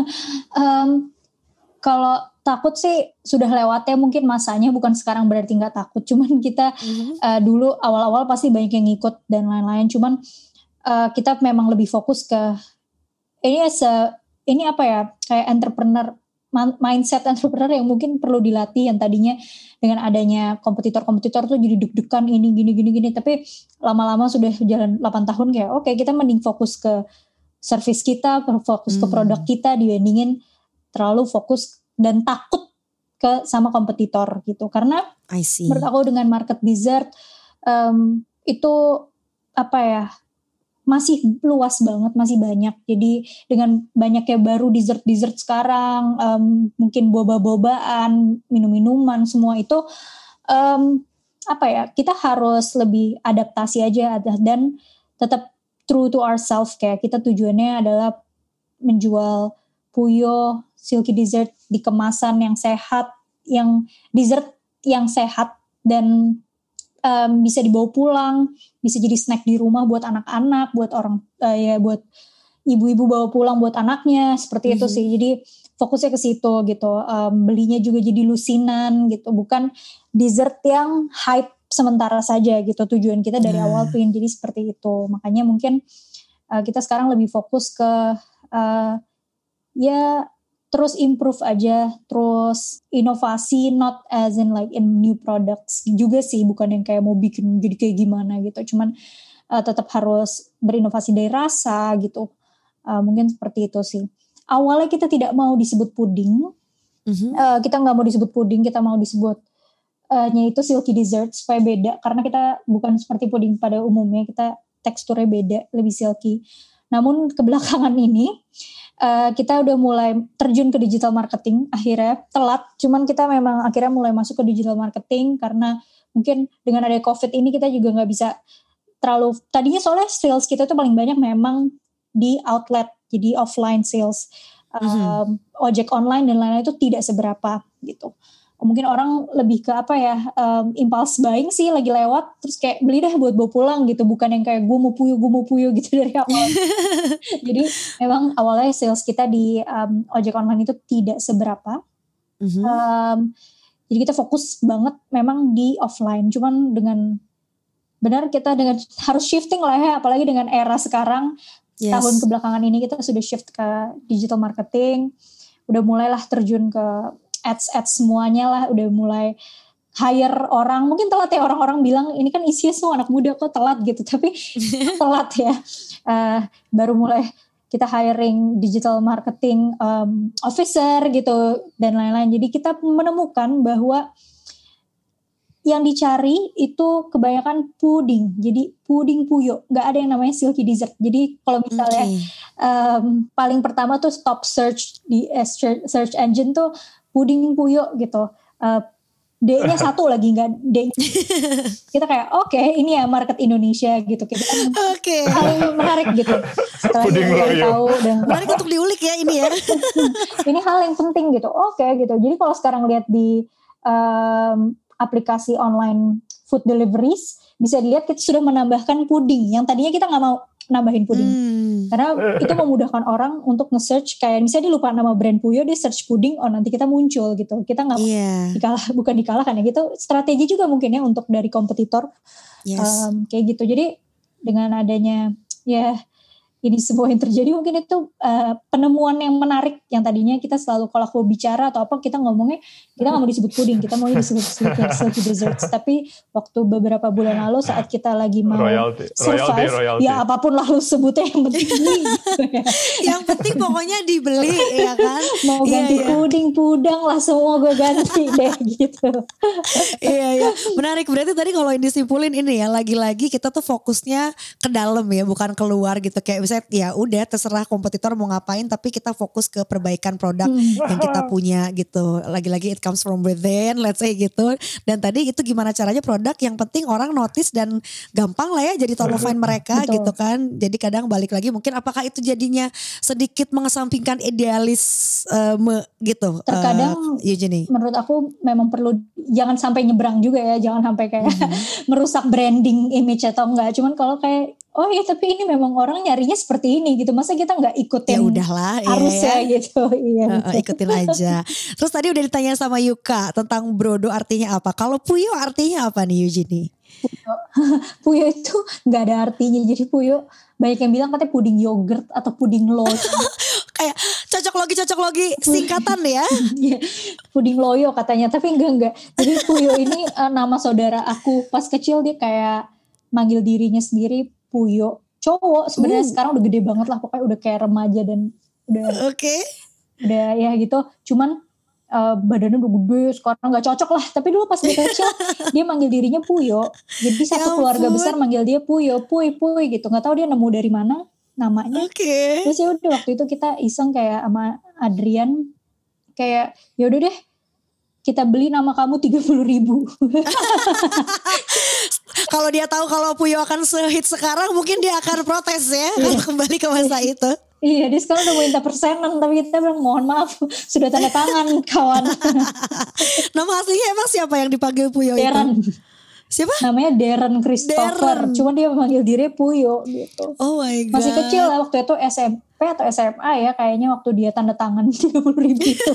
um, kalau takut sih sudah lewatnya mungkin masanya, bukan sekarang berarti nggak takut. Cuman kita mm-hmm. uh, dulu awal-awal pasti banyak yang ngikut dan lain-lain. Cuman uh, kita memang lebih fokus ke ini se ini apa ya kayak entrepreneur mindset entrepreneur yang mungkin perlu dilatih, yang tadinya dengan adanya kompetitor-kompetitor tuh jadi deg-degan ini gini gini gini. Tapi lama-lama sudah jalan delapan tahun kayak oke okay, kita mending fokus ke service kita, fokus mm. ke produk kita dibandingin terlalu fokus dan takut ke sama kompetitor gitu. Karena menurut aku dengan market dessert um, itu apa ya masih luas banget, masih banyak. Jadi dengan banyaknya baru dessert-dessert sekarang, um, mungkin boba-bobaan, minum-minuman, semua itu um, apa ya kita harus lebih adaptasi aja dan tetap true to ourselves. Kayak kita tujuannya adalah menjual Puyo silky dessert di kemasan yang sehat, yang dessert yang sehat dan um, bisa dibawa pulang, bisa jadi snack di rumah buat anak-anak, buat orang uh, ya buat ibu-ibu bawa pulang buat anaknya, seperti mm-hmm. itu sih. Jadi fokusnya ke situ gitu. Um, belinya juga jadi lusinan gitu, bukan dessert yang hype sementara saja gitu. Tujuan kita dari nah. awal pengen jadi seperti itu. Makanya mungkin uh, kita sekarang lebih fokus ke uh, ya terus improve aja, terus inovasi, not as in like in new products juga sih, bukan yang kayak mau bikin jadi kayak gimana gitu, cuman uh, tetap harus berinovasi dari rasa gitu, uh, mungkin seperti itu sih. Awalnya kita tidak mau disebut puding, mm-hmm. uh, kita nggak mau disebut puding, kita mau disebut uh, nya itu silky dessert supaya beda, karena kita bukan seperti puding pada umumnya, kita teksturnya beda, lebih silky. Namun kebelakangan ini Uh, kita udah mulai terjun ke digital marketing, akhirnya telat, cuman kita memang akhirnya mulai masuk ke digital marketing karena mungkin dengan ada COVID ini kita juga gak bisa terlalu, tadinya soalnya sales kita tuh paling banyak memang di outlet, jadi offline sales, mm-hmm. um, ojek online dan lain-lain itu tidak seberapa gitu. Mungkin orang lebih ke apa ya, um, impulse buying sih, lagi lewat terus kayak beli dah buat bawa pulang gitu, bukan yang kayak gue mau puyo gue mau puyo gitu dari awal. Jadi memang awalnya sales kita di um, ojek online itu tidak seberapa, mm-hmm. um, jadi kita fokus banget memang di offline, cuman dengan benar kita dengan harus shifting lah ya, apalagi dengan era sekarang, yes. tahun kebelakangan ini kita sudah shift ke digital marketing, udah mulailah terjun ke ads-ads semuanya lah, udah mulai hire orang, mungkin telat ya, orang-orang bilang ini kan isinya semua anak muda kok telat gitu, tapi telat ya, uh, baru mulai kita hiring digital marketing um, officer gitu dan lain-lain. Jadi kita menemukan bahwa yang dicari itu kebanyakan puding, jadi puding puyo, nggak ada yang namanya silky dessert. Jadi kalau misalnya okay. um, paling pertama tuh top search di search engine tuh puding puyo gitu, uh, D-nya satu lagi nggak D. Kita kayak oke okay, ini ya market Indonesia gitu, kita kan okay. hal menarik gitu. Setelah kita tahu dan menarik untuk diulik ya ini ya. Ini hal yang penting gitu, oke okay, gitu. Jadi kalau sekarang lihat di um, aplikasi online food deliveries, bisa dilihat kita sudah menambahkan puding yang tadinya kita nggak mau nambahin puding, hmm. karena itu memudahkan orang untuk nge-search, kayak misalnya dia lupa nama brand Puyo, dia search puding, oh nanti kita muncul gitu, kita nggak yeah. dikalah, bukan dikalahkan ya gitu, strategi juga mungkin ya untuk dari kompetitor, yes. um, kayak gitu. Jadi dengan adanya ya ini semua yang terjadi, mungkin itu uh, penemuan yang menarik, yang tadinya kita selalu kalau aku bicara atau apa kita ngomongnya kita nggak mau disebut puding, kita mau disebut silky desserts. Tapi waktu beberapa bulan lalu saat kita lagi mau royalty, survive, royalty, royalty. Ya apapun lalu sebutnya yang penting beli. Gitu ya. Yang penting pokoknya dibeli ya kan. Mau ganti yeah, puding, yeah. pudang lah semua gue ganti deh gitu. Iya iya, menarik. Berarti tadi kalau disimpulin ini ya, lagi-lagi kita tuh fokusnya ke dalam ya, bukan keluar gitu. Kayak misalnya ya udah terserah kompetitor mau ngapain, tapi kita fokus ke perbaikan produk hmm. yang kita punya gitu. Lagi-lagi it comes from within, let's say gitu. Dan tadi itu gimana caranya produk yang penting orang notice dan gampang lah ya jadi top of mind mereka. Betul. Gitu kan. Jadi kadang balik lagi mungkin apakah itu jadinya sedikit mengesampingkan idealisme gitu. Terkadang uh, Eugenie. Menurut aku memang perlu jangan sampai nyebrang juga ya, jangan sampai kayak hmm. merusak branding image atau enggak. Cuman kalau kayak oh iya tapi ini memang orang nyarinya seperti ini gitu, masa kita nggak ikutin ya udahlah arusnya ya, gitu. Iya, uh, uh, ikutin aja. Terus tadi udah ditanya sama Yuka tentang brodo artinya apa, kalau puyo artinya apa nih Eugenie? Puyo, puyo itu nggak ada artinya, jadi puyo banyak yang bilang katanya puding yogurt atau puding loyo. Kayak cocok logi cocok logi singkatan ya. Puding loyo katanya, tapi enggak enggak. Jadi puyo ini uh, nama saudara aku pas kecil, dia kayak manggil dirinya sendiri Puyo, cowok sebenarnya uh. sekarang udah gede banget lah, pokoknya udah kayak remaja dan udah oke okay. udah ya gitu, cuman uh, badannya udah gede sekarang, nggak cocok lah. Tapi dulu pas dia kecil dia manggil dirinya Puyo, jadi satu ya keluarga besar manggil dia Puyo, Puy Puy gitu, nggak tahu dia nemu dari mana namanya. Okay. Terus ya udah waktu itu kita iseng kayak sama Adrian kayak ya udah deh kita beli nama kamu tiga puluh ribu. Kalau dia tahu kalau Puyo akan se-hit sekarang, mungkin dia akan protes ya. Kalau kembali ke masa itu. Iya, dia sekarang udah mau minta persenan, tapi kita bilang mohon maaf, sudah tanda tangan kawan. Nama aslinya emang siapa yang dipanggil Puyo Darren. itu? Siapa? Namanya Darren Christopher. Darren. Cuma dia memanggil diri Puyo gitu. Oh my god. Masih kecil lah waktu itu S M P atau S M A ya kayaknya waktu dia tanda tangan tiga puluh ribu itu.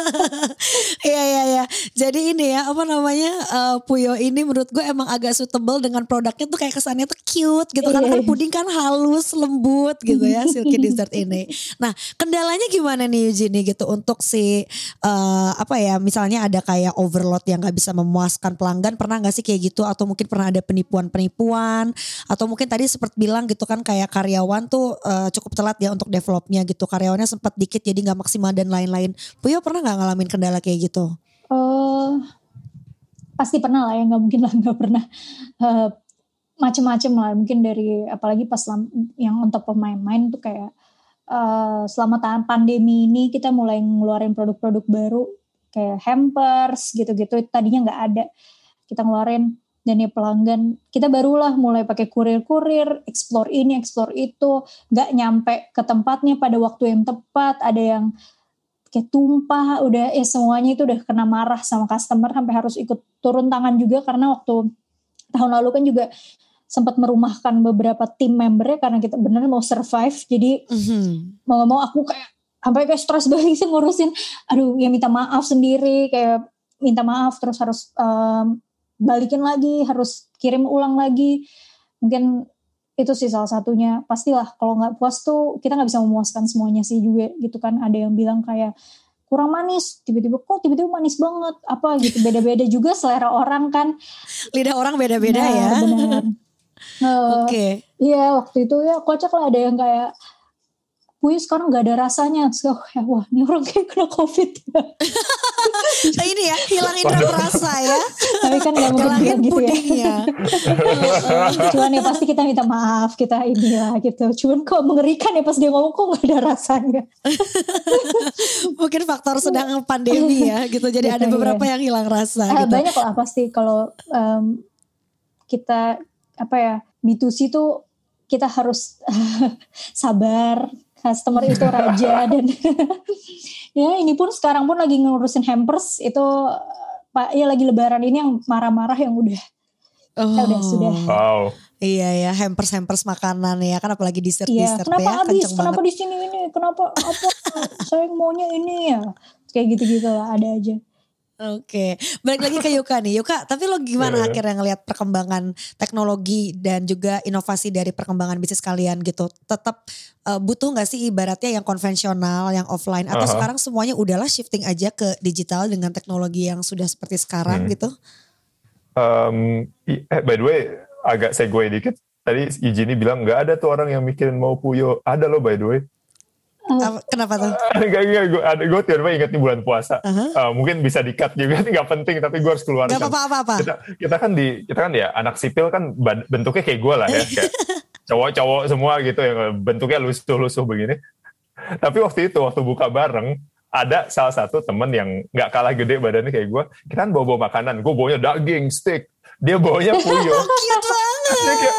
Iya iya iya. Jadi ini ya apa namanya uh, Puyo ini menurut gue emang agak suitable dengan produknya tuh kayak kesannya tuh cute gitu. Karena kan puding kan halus lembut gitu ya silky dessert ini. Nah kendalanya gimana nih Eugenie gitu untuk si uh, apa ya misalnya ada kayak overload yang gak bisa memuaskan pelanggan. Pernah gak sih kayak gitu atau mungkin pernah ada penipuan-penipuan atau mungkin tadi seperti bilang gitu kan kayak karyawan tuh uh, cukup telat ya untuk developnya gitu. Karyawannya sempat dikit jadi gak maksimal dan lain-lain. Puyo pernah gak ngalamin kendala kayak gitu? Uh, pasti pernah lah ya, gak mungkin lah gak pernah. Uh, macem-macem lah mungkin dari apalagi pas yang untuk pemain-main tuh kayak uh, selama tahan pandemi ini kita mulai ngeluarin produk-produk baru kayak hampers gitu-gitu tadinya gak ada. Kita ngeluarin dan ya pelanggan kita barulah mulai pakai kurir-kurir, explore ini, explore itu, nggak nyampe ke tempatnya pada waktu yang tepat, ada yang kayak tumpah, udah ya semuanya itu udah kena marah sama customer sampai harus ikut turun tangan juga karena waktu tahun lalu kan juga sempat merumahkan beberapa tim membernya karena kita bener mau survive, jadi mm-hmm. mau mau aku kayak sampai kayak stres banget sih ngurusin, aduh ya minta maaf sendiri, kayak minta maaf terus harus um, balikin lagi, harus kirim ulang lagi. Mungkin itu sih salah satunya. Pastilah kalau gak puas tuh kita gak bisa memuaskan semuanya sih juga gitu kan. Ada yang bilang kayak kurang manis, tiba-tiba kok tiba-tiba manis banget. Apa gitu, beda-beda juga selera orang kan. Lidah orang beda-beda nah, ya. Benar. uh, Oke. Okay. Iya waktu itu ya kocak lah ada yang kayak Puyo sekarang gak ada rasanya. So, ya, wah ini orang kayak kena covid ya. Nah ini ya hilangin rasa ya. Tapi kan gak mungkin gitu ya. Cuman ya pasti kita minta maaf. Kita inilah gitu. Cuman kok mengerikan ya pas dia ngomong kok gak ada rasanya. Mungkin faktor sedang pandemi ya gitu. Jadi ada beberapa yang hilang rasa uh, gitu. Banyak lah pasti kalau um, kita apa ya B two C tuh kita harus sabar. Customer itu raja dan ya ini pun sekarang pun lagi ngurusin hampers itu pak ya lagi lebaran ini yang marah-marah yang udah oh. ya udah sudah wow. Iya ya hampers hampers makanan ya kan apalagi dessert iya, dessert kenapa ya habis kenapa di sini ini kenapa apa saya maunya ini ya kayak gitu-gitu lah ada aja. Oke, balik lagi ke Yuka nih. Yuka, tapi lo gimana yeah. akhirnya ngelihat perkembangan teknologi dan juga inovasi dari perkembangan bisnis kalian gitu? Tetap uh, butuh gak sih ibaratnya yang konvensional, yang offline? Atau uh-huh. sekarang semuanya udahlah shifting aja ke digital dengan teknologi yang sudah seperti sekarang hmm. gitu? Um, eh, by the way, agak segue dikit. Tadi Eugenie bilang gak ada tuh orang yang mikirin mau Puyo. Ada loh by the way. Uh, Kenapa tuh? Gak, gak, gue, gue tiba-tiba ingat nih bulan puasa. Uh-huh. Uh, mungkin bisa di-cut juga, gak penting, tapi gue harus keluarkan. Gak apa-apa. Kita, kita kan di, kita kan ya anak sipil kan bentuknya kayak gue lah ya, kayak cowok-cowok semua gitu yang bentuknya lusuh-lusuh begini. Tapi waktu itu, waktu buka bareng, ada salah satu temen yang gak kalah gede badannya kayak gue. Kita kan bawa-bawa makanan, gue bawanya daging, steak, dia bawanya Puyo. Cute banget.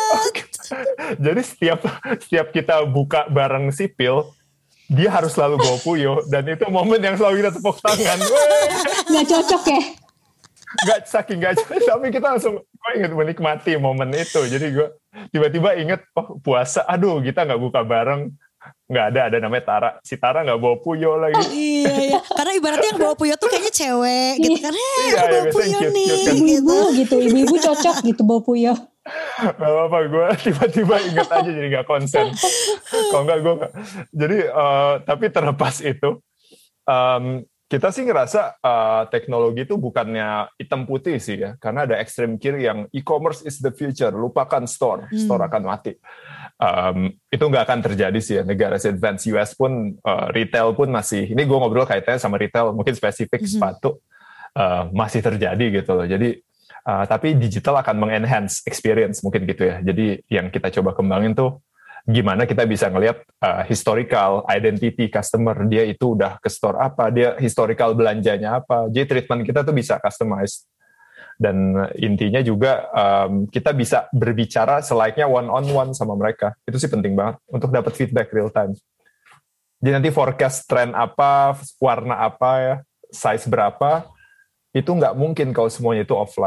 Jadi setiap setiap kita buka bareng sipil, dia harus selalu bawa Puyo dan itu momen yang selalu kita tepuk tangan. Gak cocok ya? Gak saking gak cocok, tapi kita langsung gue inget menikmati momen itu. Jadi gue tiba-tiba inget, oh puasa, aduh kita gak buka bareng. Gak ada, ada namanya Tara. Si Tara gak bawa Puyo lagi. Oh, iya, iya. Karena ibaratnya yang bawa Puyo tuh kayaknya cewek gitu kan. Hei iya, aku bawa iya, Puyo cute, nih. Cute, kan. Ibu-ibu gitu, ibu-ibu cocok gitu bawa Puyo. Gak apa-apa, gue tiba-tiba inget aja jadi gak konsen. Kalau enggak gue gak. Jadi uh, tapi terlepas itu, um, kita sih ngerasa uh, teknologi itu bukannya hitam putih sih ya. Karena ada ekstrem kiri yang e-commerce is the future, lupakan store, hmm. store akan mati. Um, itu nggak akan terjadi sih ya. Negara advance U S pun, uh, retail pun masih, ini gue ngobrol kaitannya sama retail, mungkin spesifik hmm. sepatu, uh, masih terjadi gitu loh. Jadi Uh, tapi digital akan mengenhance experience mungkin gitu ya. Jadi yang kita coba kembangin tuh gimana kita bisa ngelihat uh, historical identity customer, dia itu udah ke store apa, dia historical belanjanya apa. Jadi treatment kita tuh bisa customized. Dan intinya juga um, kita bisa berbicara selayaknya one on one sama mereka. Itu sih penting banget untuk dapat feedback real time. Jadi nanti forecast trend apa, warna apa ya, size berapa, itu nggak mungkin kalau semuanya itu offline.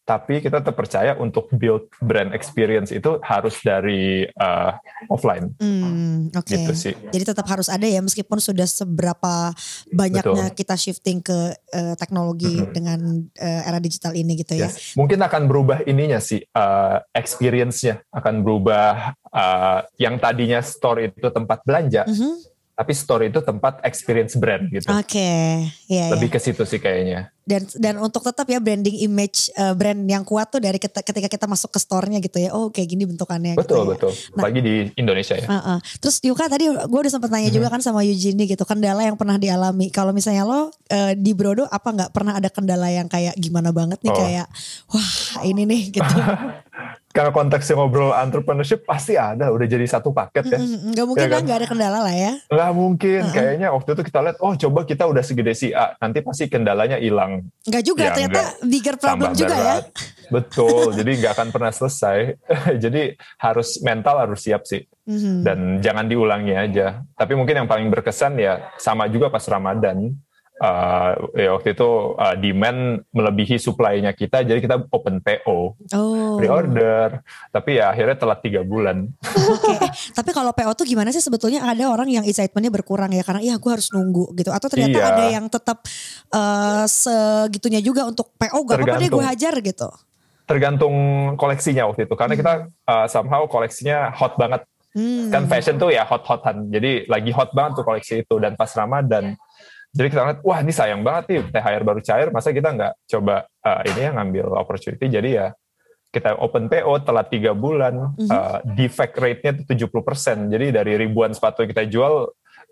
tapi kita tetap percaya untuk build brand experience itu harus dari uh, offline. Hmm, Oke. Okay. Gitu sih. Jadi tetap harus ada ya, meskipun sudah seberapa banyaknya Betul. kita shifting ke uh, teknologi mm-hmm. dengan uh, era digital ini gitu ya. Yes. Mungkin akan berubah ininya sih, uh, experience-nya akan berubah. Uh, yang tadinya store itu tempat belanja. Mm-hmm. Tapi store itu tempat experience brand gitu. Oke, okay. yeah, lebih yeah. ke situ sih kayaknya. Dan dan untuk tetap ya branding image uh, brand yang kuat tuh dari kita, ketika kita masuk ke store-nya gitu ya. Oh kayak gini bentukannya. Betul gitu betul. Ya. Nah, Lagi di Indonesia ya. Uh-uh. Terus Yuka tadi gue udah sempat tanya hmm. juga kan sama Eugenie gitu, kendala yang pernah dialami. Kalau misalnya lo uh, di Brodo apa nggak pernah ada kendala yang kayak gimana banget nih oh. kayak wah ini nih gitu. Karena konteksnya ngobrol entrepreneurship pasti ada, udah jadi satu paket ya. Mm-mm, gak mungkin ya kan? Gak ada kendala lah ya. Gak mungkin, uh-uh. kayaknya waktu itu kita lihat, oh coba kita udah segede si A, nanti pasti kendalanya hilang. Gak juga, ya, ternyata enggak, bigger problem juga berat. Ya. Betul, jadi gak akan pernah selesai. Jadi harus mental harus siap sih. Mm-hmm. Dan jangan diulangi aja. Tapi mungkin yang paling berkesan ya sama juga pas Ramadan. Uh, ya waktu itu uh, demand melebihi supply-nya kita, jadi kita open P O, oh. pre-order, tapi ya akhirnya telat tiga bulan. Oke, okay. Tapi kalau P O tuh gimana sih sebetulnya? Ada orang yang excitement-nya berkurang ya, karena iya gue harus nunggu gitu, atau ternyata iya. ada yang tetap uh, segitunya juga untuk P O, gak apa-apa deh gue hajar gitu. Tergantung koleksinya waktu itu, karena hmm. kita uh, somehow koleksinya hot banget, hmm. kan fashion tuh ya hot-hotan, jadi lagi hot banget tuh koleksi itu, dan pas Ramadan. Jadi kita ngeliat, wah ini sayang banget nih T H R baru cair, masa kita nggak coba uh, ini ya ngambil opportunity. Jadi ya kita open P O telat tiga bulan, mm-hmm. uh, defect rate-nya itu tujuh puluh persen. Jadi dari ribuan sepatu yang kita jual,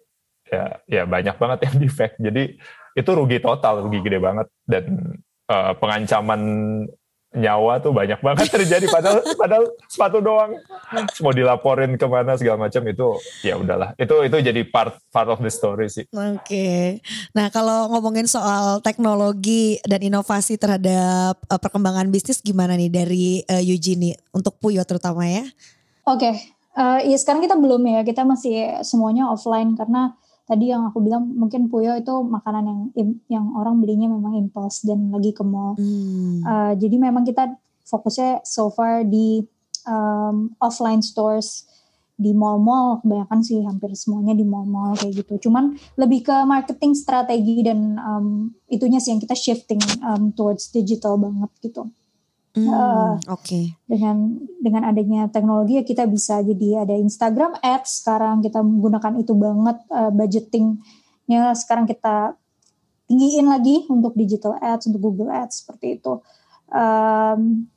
ya, ya banyak banget yang defect. Jadi itu rugi total, rugi gede banget. Dan uh, pengancaman nyawa tuh banyak banget terjadi padahal padahal sepatu doang, mau dilaporin kemana segala macam, itu ya udahlah, itu itu jadi part part of the story sih. Oke, okay. Nah kalau ngomongin soal teknologi dan inovasi terhadap uh, perkembangan bisnis gimana nih dari uh, Eugenie untuk Puyo terutama ya? Oke, okay. uh, ya sekarang kita belum ya, kita masih semuanya offline karena tadi yang aku bilang mungkin Puyo itu makanan yang yang orang belinya memang impulse dan lagi ke mall. Hmm. Uh, jadi memang kita fokusnya so far di um, offline stores, di mall-mall kebanyakan sih, hampir semuanya di mall-mall kayak gitu. Cuman lebih ke marketing strategi dan um, itunya sih yang kita shifting um, towards digital banget gitu. Hmm, uh, Oke. Okay. Dengan dengan adanya teknologi ya kita bisa jadi ada Instagram Ads sekarang, kita menggunakan itu banget, uh, budgetingnya sekarang kita tinggiin lagi untuk digital ads, untuk Google Ads seperti itu. Um,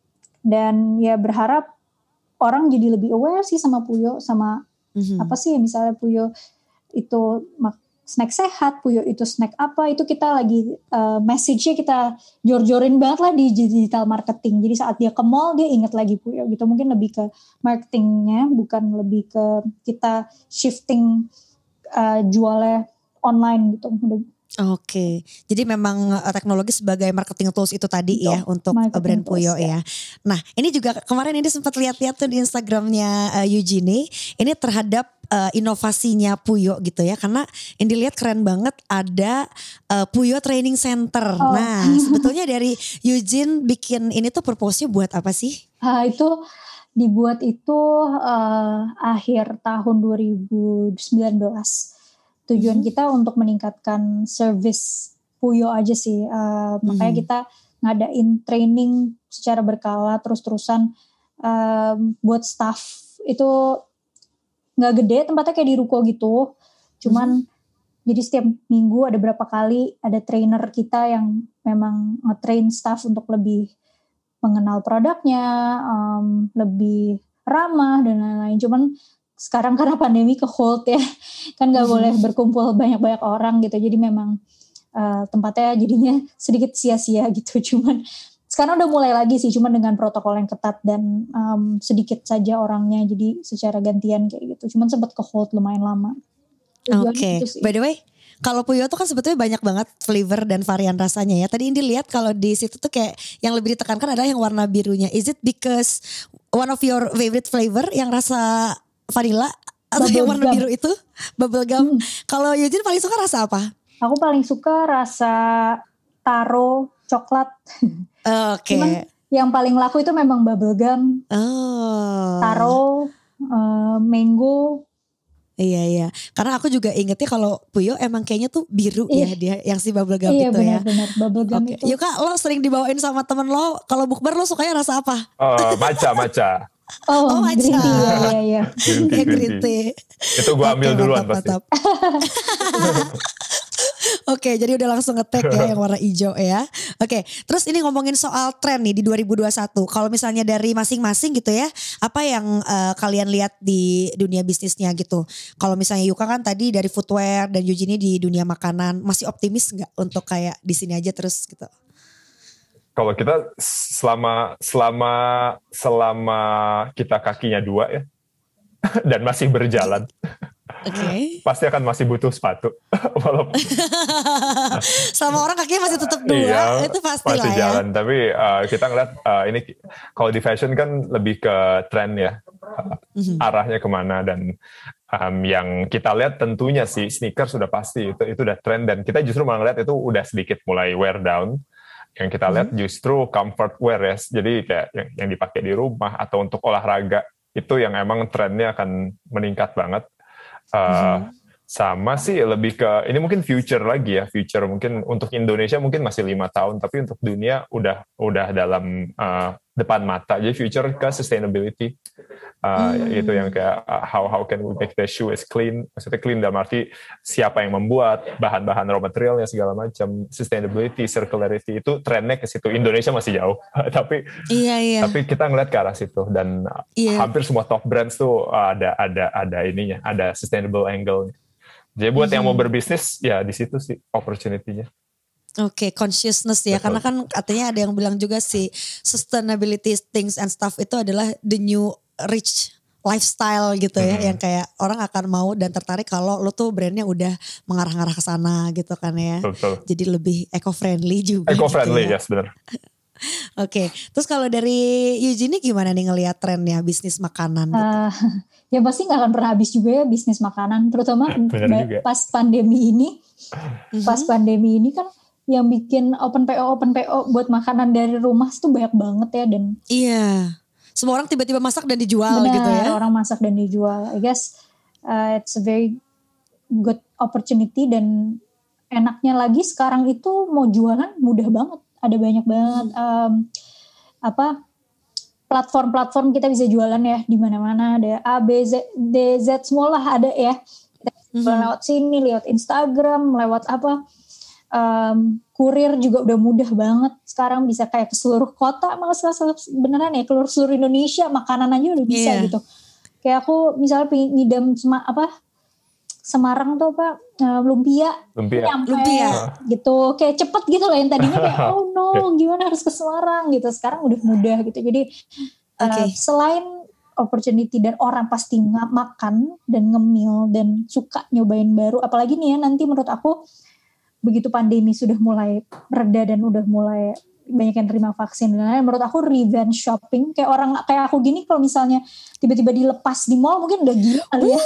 dan ya berharap orang jadi lebih aware sih sama Puyo, sama mm-hmm. apa sih misalnya Puyo itu mak- snack sehat, Puyo itu snack apa, itu kita lagi uh, message-nya kita jor-jorin banget lah di digital marketing. Jadi saat dia ke mall dia inget lagi Puyo gitu. Mungkin lebih ke marketingnya, bukan lebih ke kita shifting uh, jualnya online gitu. Oke, okay. Jadi memang uh, teknologi sebagai marketing tools itu tadi Betul. ya untuk brand Puyo ya. ya. Nah ini juga kemarin ini sempat lihat-lihat tuh di Instagramnya uh, Eugenie, ini terhadap uh, inovasinya Puyo gitu ya. Karena yang dilihat keren banget ada uh, Puyo Training Center. Oh. Nah sebetulnya dari Eugene bikin ini tuh purpose-nya buat apa sih? Uh, itu dibuat itu uh, akhir tahun dua ribu sembilan belas. Tujuan mm-hmm. kita untuk meningkatkan service Puyo aja sih. Uh, mm-hmm. Makanya kita ngadain training secara berkala terus-terusan uh, buat staff. Itu gak gede, tempatnya kayak di ruko gitu. Cuman mm-hmm. jadi setiap minggu ada berapa kali ada trainer kita yang memang nge-train staff untuk lebih mengenal produknya, um, lebih ramah dan lain-lain. Cuman sekarang karena pandemi ke hold ya, kan gak boleh berkumpul banyak-banyak orang gitu, jadi memang uh, tempatnya jadinya sedikit sia-sia gitu. Cuman sekarang udah mulai lagi sih, cuman dengan protokol yang ketat dan um, sedikit saja orangnya, jadi secara gantian kayak gitu. Cuman sempat ke hold lumayan lama. Oke, okay. By the way, kalau Puyo tuh kan sebetulnya banyak banget flavor dan varian rasanya ya. Tadi Indi lihat kalau di situ tuh kayak yang lebih ditekankan adalah yang warna birunya. Is it because one of your favorite flavor yang rasa vanilla atau bubble yang warna gum. Biru itu bubble gum? Hmm. Kalau Eugene paling suka rasa apa? Aku paling suka rasa taro coklat. Oke. Cuman yang paling laku itu memang bubble gum, Oh. taro, uh, mango. Iya iya. Karena aku juga ingetnya kalau Puyo emang kayaknya tuh biru Iya. ya dia yang si bubble gum Iya, itu benar, ya. benar bubble gum Oke. itu. Yuka, lo sering dibawain sama temen lo kalau bukber lo sukanya rasa apa? Uh, maca, maca. Oh, Oh, green maca. tea ya, ya, ya. Green tea, Ya, green green tea. tea. Itu gue ambil Oke, duluan mantap, pasti. mantap. Oke, jadi udah langsung nge-tag ya yang warna hijau ya. Oke, terus ini ngomongin soal tren nih di dua ribu dua puluh satu. Kalau misalnya dari masing-masing gitu ya, apa yang uh, kalian lihat di dunia bisnisnya gitu? Kalau misalnya Yuka kan tadi dari footwear dan Eugenie di dunia makanan, masih optimis nggak untuk kayak di sini aja terus gitu? Kalau kita selama selama selama kita kakinya dua ya dan masih berjalan. Oke. Okay. Pasti akan masih butuh sepatu. Walaupun sama orang kakinya masih tetap dua, iya, itu pasti masih lah ya. jalan. Tapi uh, kita ngeliat uh, ini kalau di fashion kan lebih ke tren ya, uh, mm-hmm. arahnya kemana dan um, yang kita lihat tentunya sih sneakers sudah pasti itu itu udah tren dan kita justru malah ngeliat itu udah sedikit mulai wear down. Yang kita lihat mm-hmm. justru comfort wear ya, jadi kayak yang, yang dipakai di rumah atau untuk olahraga itu yang emang trennya akan meningkat banget. Uh, mm-hmm. Sama sih lebih ke ini mungkin future lagi ya, future mungkin untuk Indonesia mungkin masih lima tahun tapi untuk dunia udah udah dalam uh, depan mata. Jadi future ke sustainability uh, mm. itu yang kayak uh, how how can we make the shoe is clean, maksudnya clean dalam arti siapa yang membuat, bahan-bahan raw materialnya segala macam, sustainability, circularity itu trennya ke situ. Indonesia masih jauh tapi iya, iya. tapi kita ngeliat ke arah situ dan iya. hampir semua top brands tuh ada ada ada ininya, ada sustainable angle. Jadi buat mm-hmm. yang mau berbisnis ya di situ sih opportunity-nya. Oke, okay, consciousness ya. Betul. Karena kan katanya ada yang bilang juga sih sustainability things and stuff itu adalah the new rich lifestyle gitu ya, mm-hmm. yang kayak orang akan mau dan tertarik kalau lo tuh brandnya udah mengarah-ngarah ke sana gitu kan ya. Betul. Jadi lebih eco-friendly juga. Eco-friendly, gitu ya. yes benar. Oke, okay. Terus kalau dari Eugenie gimana nih ngelihat trennya bisnis makanan gitu? Uh, ya pasti gak akan pernah habis juga ya bisnis makanan, terutama ba- pas pandemi ini. Mm-hmm. Pas pandemi ini kan yang bikin open P O open P O buat makanan dari rumah itu banyak banget ya dan. Iya, semua orang tiba-tiba masak dan dijual benar, gitu ya. Orang masak dan dijual. I guess uh, it's a very good opportunity dan enaknya lagi sekarang itu mau jualan mudah banget. Ada banyak banget um, apa platform-platform kita bisa jualan ya di mana-mana, ada A B Z D Z semua lah ada ya. Kita mm-hmm. lewat sini, lewat Instagram, lewat apa um, kurir juga udah mudah banget. Sekarang bisa kayak ke seluruh kota, malah beneran ya keluar seluruh Indonesia makanan aja udah bisa yeah. gitu. Kayak aku misalnya pengen ngidam sema, apa Semarang tuh apa uh, lumpia, lumpia. nyampe lumpia. gitu, kayak cepet gitu loh yang tadinya kayak oh no gimana harus ke Semarang gitu, sekarang udah mudah gitu. Jadi okay. uh, selain opportunity dan orang pasti nggak makan dan ngemil dan suka nyobain baru, apalagi nih ya nanti menurut aku begitu pandemi sudah mulai reda dan udah mulai banyak yang terima vaksin dan lain-lain, menurut aku revenge shopping kayak orang kayak aku gini kalau misalnya tiba-tiba dilepas di mall mungkin udah gila kali ya.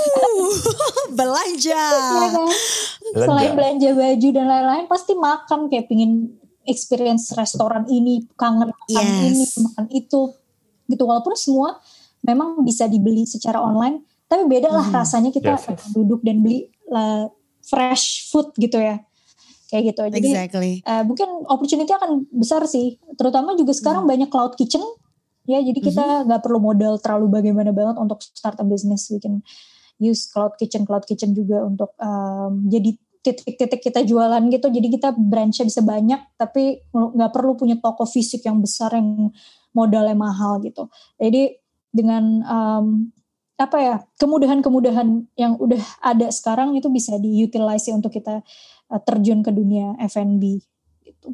Belanja. Ya kan? Selain belanja baju dan lain-lain pasti makan kayak pingin experience restoran ini, kangen makan yes. ini, makan itu gitu. Walaupun semua memang bisa dibeli secara online, tapi beda lah hmm. rasanya kita yes, yes. duduk dan beli uh, fresh food gitu ya. Kayak gitu. Jadi exactly. uh, mungkin opportunity akan besar sih. Terutama juga sekarang hmm. banyak cloud kitchen. Ya jadi kita mm-hmm. gak perlu modal terlalu bagaimana banget untuk start a business. We can use cloud kitchen, cloud kitchen juga untuk um, jadi titik-titik kita jualan gitu. Jadi kita branch-nya bisa banyak. Tapi gak perlu punya toko fisik yang besar yang modalnya mahal gitu. Jadi dengan um, apa ya kemudahan-kemudahan yang udah ada sekarang itu bisa diutilize untuk kita uh, terjun ke dunia F and B gitu.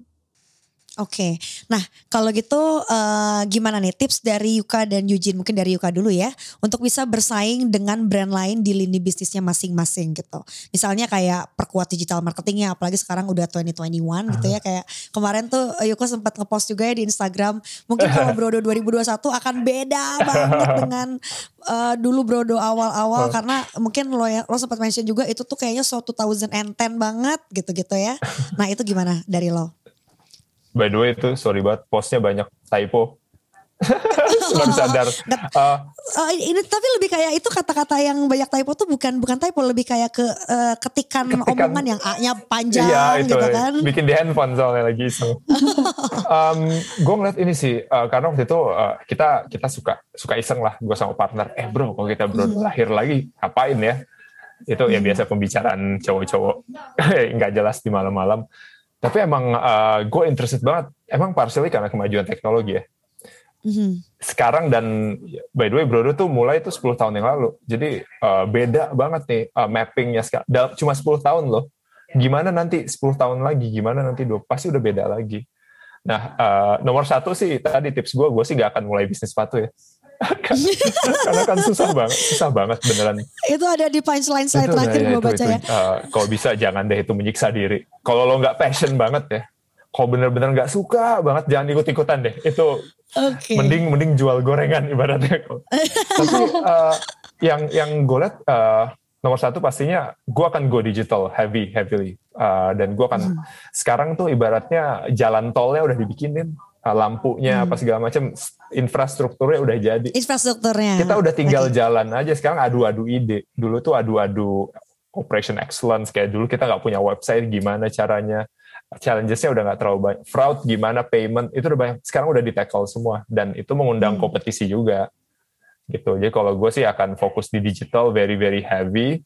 Oke, nah kalau gitu uh, gimana nih tips dari Yuka dan Eugene, mungkin dari Yuka dulu ya, untuk bisa bersaing dengan brand lain di lini bisnisnya masing-masing gitu. Misalnya kayak perkuat digital marketingnya, apalagi sekarang udah dua ribu dua puluh satu gitu ya, kayak kemarin tuh Yuka sempat ngepost juga ya di Instagram, mungkin kalau Brodo dua ribu dua puluh satu akan beda banget dengan uh, dulu Brodo awal-awal, karena mungkin lo ya, lo sempat mention juga itu tuh kayaknya so dua ribu sepuluh banget gitu-gitu ya. Nah itu gimana dari lo? by the way itu sorry banget, postnya banyak typo. Baru sadar. Uh, uh, ini tapi lebih kayak itu kata-kata yang banyak typo tuh bukan bukan typo, lebih kayak ke uh, ketikan, ketikan omongan yang A-nya panjang iya, itu, gitu kan. Bikin di handphone soalnya lagi iseng. um, gue ngeliat ini sih uh, karena waktu itu uh, kita kita suka suka iseng lah gue sama partner. Eh bro, kalau kita bro hmm. lahir lagi ngapain ya? Itu hmm. ya biasa pembicaraan cowok-cowok nggak jelas di malam-malam. Tapi emang uh, gue interested banget. Emang partially karena kemajuan teknologi ya. Mm-hmm. Sekarang dan by the way Brodo tuh mulai itu sepuluh tahun yang lalu. Jadi uh, beda banget nih uh, mappingnya sekarang. Cuma sepuluh tahun loh. Gimana nanti sepuluh tahun lagi? Gimana nanti dua? Pasti udah beda lagi. Nah uh, nomor satu sih tadi tips gue, gue sih gak akan mulai bisnis sepatu ya. Karena kan susah banget, susah banget beneran. Itu ada di punchline slide terakhir gue baca itu, ya. Uh, kalau bisa jangan deh itu menyiksa diri. Kalau lo nggak passion banget ya, kalau bener-bener nggak suka banget jangan ikut-ikutan deh. Itu okay. mending mending jual gorengan ibaratnya. Tapi uh, yang yang gue lihat uh, nomor satu pastinya gue akan go digital heavy heavily uh, dan gue akan hmm. sekarang tuh ibaratnya jalan tolnya udah dibikinin. Lampunya hmm. apa segala macam, infrastrukturnya udah jadi. Infrastrukturnya. Kita udah tinggal okay. jalan aja. Sekarang adu-adu ide. Dulu tuh adu-adu operation excellence. Kayak dulu kita nggak punya website, gimana caranya. Challenges-nya udah nggak terlalu banyak. Fraud gimana, payment, itu udah banyak. Sekarang udah di-tackle semua. Dan itu mengundang hmm. kompetisi juga. Gitu. Jadi kalau gue sih akan fokus di digital, very, very heavy.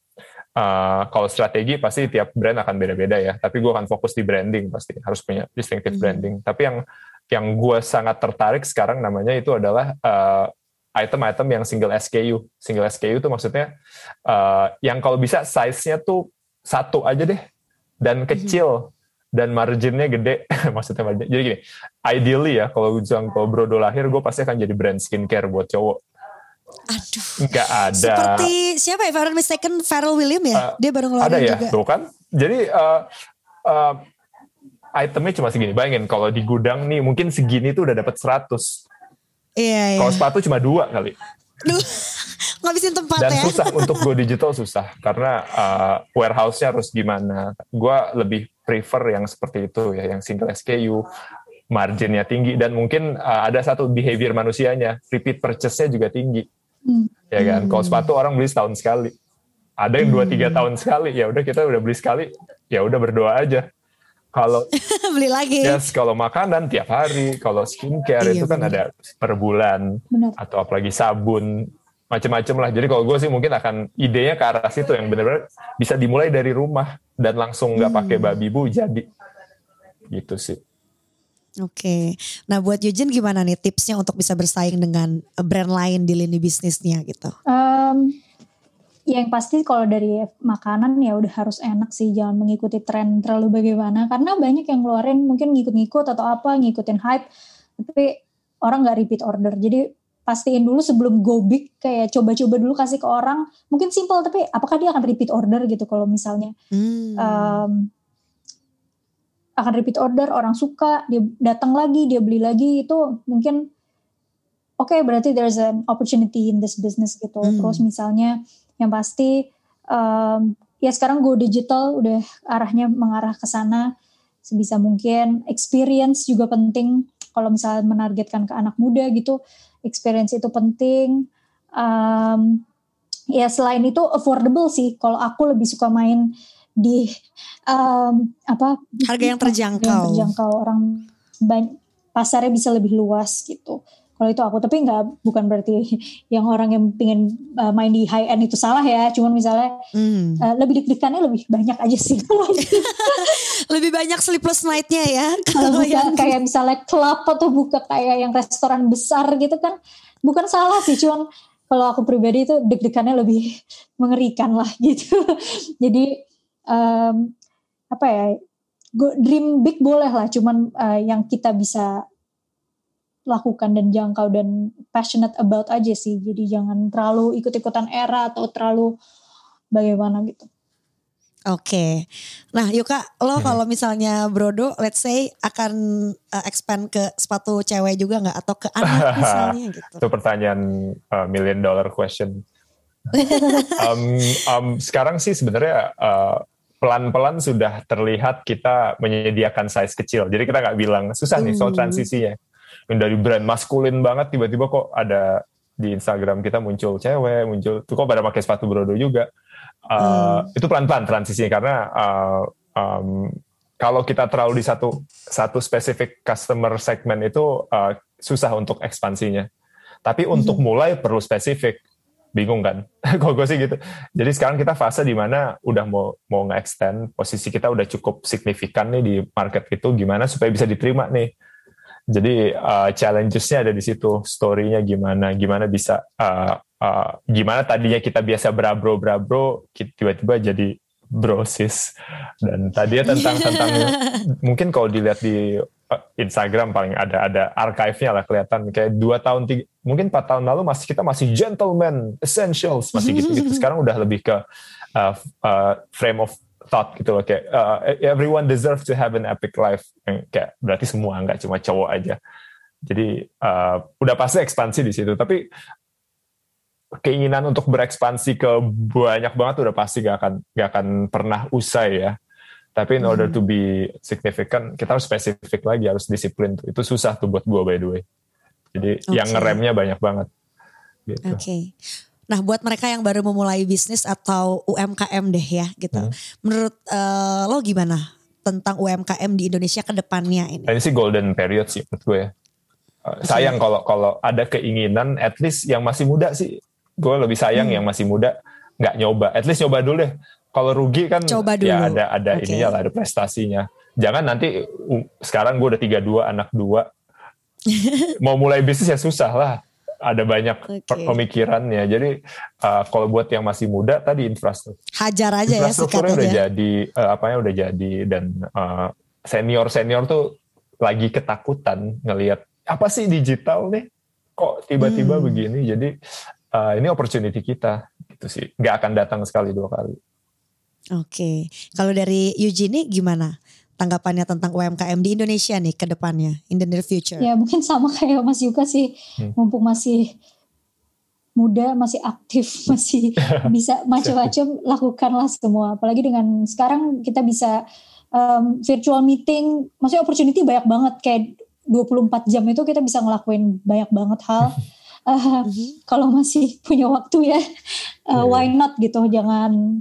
Uh, kalau strategi pasti tiap brand akan beda-beda ya. Tapi gue akan fokus di branding pasti. Harus punya distinctive hmm. branding. Tapi yang yang gue sangat tertarik sekarang namanya itu adalah uh, item-item yang single S K U. Single S K U itu maksudnya uh, yang kalau bisa size-nya tuh satu aja deh dan kecil mm-hmm. dan marginnya gede. Maksudnya margin. Jadi gini, ideally ya kalau bilang kalau Brodo lahir, gue pasti akan jadi brand skincare buat cowok. Aduh. Nggak ada. Seperti siapa ya? If I'm not mistaken, Pharrell Williams ya? Uh, Dia baru ngeluarin ada ya, juga. tuh kan. Jadi uh, uh, itemnya cuma segini. Bayangin kalau di gudang nih mungkin segini tuh udah dapat seratus. Iya, iya. Kalau sepatu cuma dua kali. Duh, ngabisin tempat dan ya. Dan susah untuk go digital susah karena uh, warehouse-nya harus gimana. Gua lebih prefer yang seperti itu ya, yang single S K U, marginnya tinggi dan mungkin uh, ada satu behavior manusianya, repeat purchase-nya juga tinggi. Hmm. Ya kan. Hmm. Kalau sepatu orang beli setahun sekali. Ada yang dua tiga hmm. tahun sekali. Ya udah kita udah beli sekali, ya udah berdoa aja. Kalau beli lagi. Yes, kalau makanan tiap hari, kalau skincare iya, itu kan bener. Ada per bulan bener. Atau apalagi sabun, macam-macam lah. Jadi kalau gue sih mungkin akan idenya ke arah situ yang benar-benar bisa dimulai dari rumah dan langsung nggak hmm. pakai babi bu jadi, gitu sih. Oke, okay. Nah buat Eugene gimana nih tipsnya untuk bisa bersaing dengan brand lain di lini bisnisnya gitu? Um, Yang pasti kalau dari makanan ya udah harus enak sih, jangan mengikuti tren terlalu bagaimana. Karena banyak yang ngeluarin mungkin ngikut-ngikut atau apa, ngikutin hype. Tapi orang gak repeat order. Jadi pastiin dulu sebelum go big, kayak coba-coba dulu kasih ke orang. Mungkin simple tapi apakah dia akan repeat order gitu kalau misalnya. Hmm. Um, akan repeat order, orang suka, dia datang lagi, dia beli lagi, itu mungkin oke okay, berarti there's an opportunity in this business gitu. Hmm. Terus misalnya yang pasti um, ya sekarang go digital udah arahnya mengarah ke sana sebisa mungkin. Experience juga penting kalau misalnya menargetkan ke anak muda gitu, experience itu penting. Um, ya selain itu affordable sih, kalau aku lebih suka main di um, apa harga yang terjangkau, yang terjangkau orang banyak, pasarnya bisa lebih luas gitu. Kalau itu aku, tapi nggak, bukan berarti yang orang yang pengen uh, main di high end itu salah ya. Cuman misalnya hmm. uh, lebih deg-degannya lebih banyak aja sih. Lebih banyak sleepless night-nya ya. Kalau buka yang... kayak misalnya klub atau buka kayak yang restoran besar gitu kan, bukan salah sih. Cuman kalau aku pribadi itu deg-degannya lebih mengerikan lah gitu. Jadi um, apa ya? Go, dream big boleh lah. Cuman uh, yang kita bisa lakukan dan jangkau dan passionate about aja sih. Jadi jangan terlalu ikut-ikutan era atau terlalu bagaimana gitu. Oke. Okay. Nah Yuka, lo hmm. kalau misalnya Brodo let's say akan uh, expand ke sepatu cewek juga gak? Atau ke anak misalnya gitu. Itu pertanyaan uh, million dollar question. um, um, sekarang sih sebenarnya uh, pelan-pelan sudah terlihat kita menyediakan size kecil. Jadi kita nggak bilang susah nih soal transisinya. Yang dari brand maskulin banget tiba-tiba kok ada di Instagram kita muncul cewek, muncul tuh kok pada pakai sepatu Brodo juga. Uh, hmm. Itu pelan-pelan transisinya karena uh, um, kalau kita terlalu di satu satu spesifik customer segment itu uh, susah untuk ekspansinya. Tapi hmm. untuk mulai perlu spesifik. Bingung kan? Kalau gue sih gitu. Jadi sekarang kita fase di mana udah mau mau nge-extend, posisi kita udah cukup signifikan nih di market itu, gimana supaya bisa diterima nih. Jadi uh, challenges-nya ada di situ, story-nya gimana, gimana bisa, uh, uh, gimana tadinya kita biasa brabro-brabro, tiba-tiba jadi brosis. Dan tadinya tentang tentang mungkin kalau dilihat di uh, Instagram paling ada ada archive-nya lah kelihatan kayak dua tahun tiga, mungkin empat tahun lalu masih kita masih gentleman essentials masih gitu-gitu. Sekarang udah lebih ke uh, uh, frame of thought gitu loh, kayak uh, everyone deserves to have an epic life, kayak berarti semua, nggak cuma cowok aja. Jadi uh, udah pasti ekspansi di situ, tapi keinginan untuk berekspansi ke banyak banget udah pasti gak akan gak akan pernah usai ya. Tapi in order to be significant, kita harus spesifik lagi, harus disiplin tuh. Itu susah tuh buat gue by the way. Jadi okay. yang ngeremnya banyak banget. Gitu. Oke. Okay. Nah, buat mereka yang baru memulai bisnis atau U M K M deh ya gitu. Hmm. Menurut uh, lo gimana tentang U M K M di Indonesia ke depannya ini? Ini sih golden period sih menurut gue ya. Uh, sayang kalau kalau ada keinginan, at least yang masih muda sih. Gue lebih sayang hmm. yang masih muda nggak nyoba. At least nyoba dulu deh. Kalau rugi kan coba dulu. Ya ada ada okay. ininya lah, ada prestasinya. Jangan nanti uh, sekarang gue udah tiga puluh dua, anak dua. Mau mulai bisnis ya susah lah. Ada banyak okay. pemikirannya. Jadi uh, kalau buat yang masih muda tadi infrastruktur. Hajar aja ya, infrastrukturnya udah aja. jadi, uh, apanya udah jadi, dan uh, senior-senior tuh lagi ketakutan ngelihat apa sih digital nih, kok tiba-tiba hmm. begini. Jadi uh, ini opportunity kita, gitu sih. Nggak akan datang sekali dua kali. Oke, okay. Kalau dari Eugenie gimana? Tanggapannya tentang U M K M di Indonesia nih ke depannya, in the near future? Ya mungkin sama kayak Mas Yuka sih, hmm. mumpung masih muda, masih aktif, masih bisa macam-macam, lakukanlah semua. Apalagi dengan sekarang kita bisa um, virtual meeting, maksudnya opportunity banyak banget, kayak dua puluh empat jam itu kita bisa ngelakuin banyak banget hal. Uh, mm-hmm. Kalau masih punya waktu ya, uh, why not gitu, jangan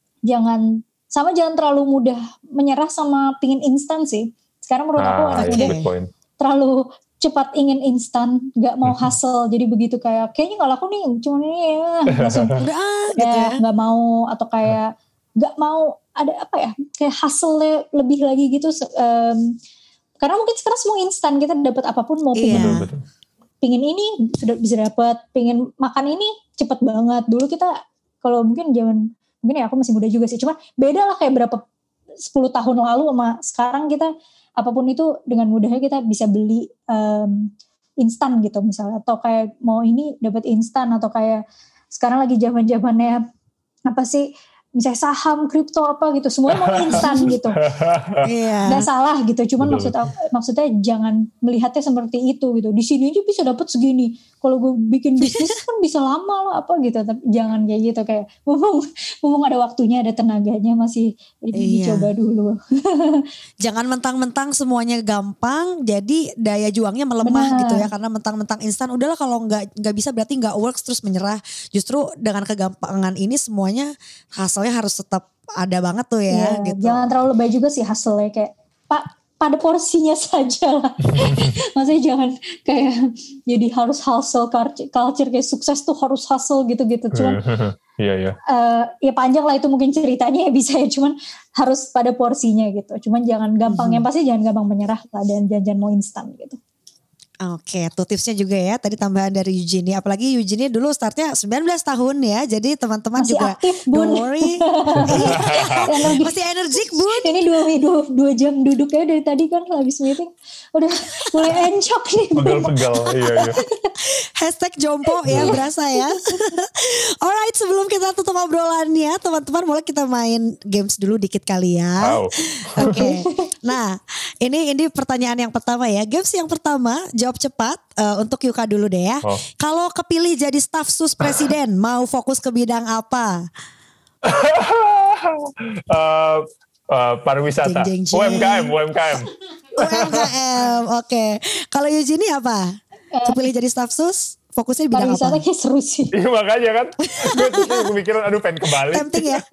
jangan sama jangan terlalu mudah menyerah sama pingin instan sih. Sekarang menurut ah, aku anak muda terlalu cepat ingin instan, nggak mau hustle. Jadi begitu kayak kayaknya nggak laku nih, cuma ini ya langsung udah gitu ya, nggak mau, atau kayak nggak mau ada apa ya, kayak hustle-nya lebih lagi gitu. Um, karena mungkin sekarang semua instan, kita dapat apapun, mau pingin yeah. pingin ini sudah bisa dapat, pingin makan ini cepet banget. Dulu kita kalau mungkin zaman mungkin ya aku masih muda juga sih, cuma beda lah kayak berapa sepuluh tahun lalu sama sekarang, kita apapun itu dengan mudahnya kita bisa beli um, instan gitu misalnya, atau kayak mau ini dapat instan, atau kayak sekarang lagi zaman-zamannya apa sih, misalnya saham, kripto apa gitu, semuanya mau instan gitu. Iya. Nggak salah gitu, cuman maksud maksudnya jangan melihatnya seperti itu gitu. Di sini aja bisa dapat segini. Kalau gue bikin bisnis kan bisa lama lah apa gitu. Tapi jangan kayak gitu, kayak mumpung mumpung ada waktunya, ada tenaganya, masih ini iya. dicoba dulu. Jangan mentang-mentang semuanya gampang, jadi daya juangnya melemah. Benar. Gitu ya, karena mentang-mentang instan. Udahlah, kalau nggak nggak bisa berarti nggak works, terus menyerah. Justru dengan kegampangan ini semuanya hasilnya harus tetap ada banget tuh ya, ya gitu. Jangan terlalu lebay juga sih hasilnya, kayak pak pada porsinya saja lah. Maksudnya jangan kayak jadi harus hustle culture, kayak sukses tuh harus hustle gitu-gitu. Cuman iya iya. Uh, ya panjang lah itu mungkin ceritanya ya bisa ya, cuman harus pada porsinya gitu. Cuman jangan gampang, mm-hmm. yang pasti jangan gampang menyerah lah, dan jangan mau instan gitu. Oke, tuh tipsnya juga ya. Tadi tambahan dari Eugenie. Apalagi Eugenie dulu startnya sembilan belas tahun ya. Jadi teman-teman masih juga aktif, don't worry. Masih energik, Bun. Ini dua, dua, dua jam duduknya dari tadi kan habis meeting. Udah mulai encok nih. Pegal-pegal. Iya, iya. Hashtag jompo ya, berasa ya. Alright, sebelum kita tutup obrolannya, teman-teman boleh kita main games dulu dikit kali ya. Wow. Oke. Okay. Nah, ini ini pertanyaan yang pertama ya. Games yang pertama, jawab cepat, uh, untuk Yuka dulu deh ya. Oh. Kalau kepilih jadi staf sus presiden, mau fokus ke bidang apa? uh, uh, pariwisata. Jeng, jeng, jeng. U M K M, U M K M. U M K M, oke. Okay. Kalau Eugenie apa? Eh, Kepilih jadi staf sus, fokusnya di bidang pariwisata apa? kayak seru sih. Iya makanya kan. Gue tuh mikirin aduh pengen kembali. Tempting ya.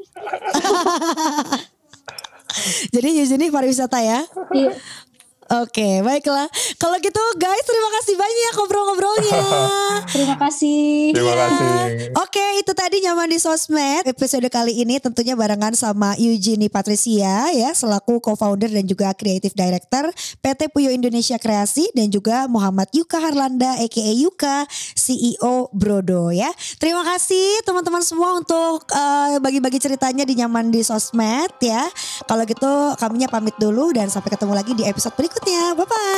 Jadi Eugenie pariwisata ya. Iya. Oke, baiklah. Kalau gitu guys, terima kasih banyak ngobrol-ngobrolnya. Terima kasih. Terima Iya. kasih. Oke, itu tadi Nyaman di Sosmed. Episode kali ini tentunya barengan sama Eugenie Patricia ya, selaku co-founder dan juga creative director P T Puyo Indonesia Kreasi, dan juga Muhammad Yuka Harlanda aka Yuka, C E O Brodo ya. Terima kasih teman-teman semua untuk uh, bagi-bagi ceritanya di Nyaman di Sosmed ya. Kalau gitu kaminya pamit dulu dan sampai ketemu lagi di episode berikutnya. Bye bye.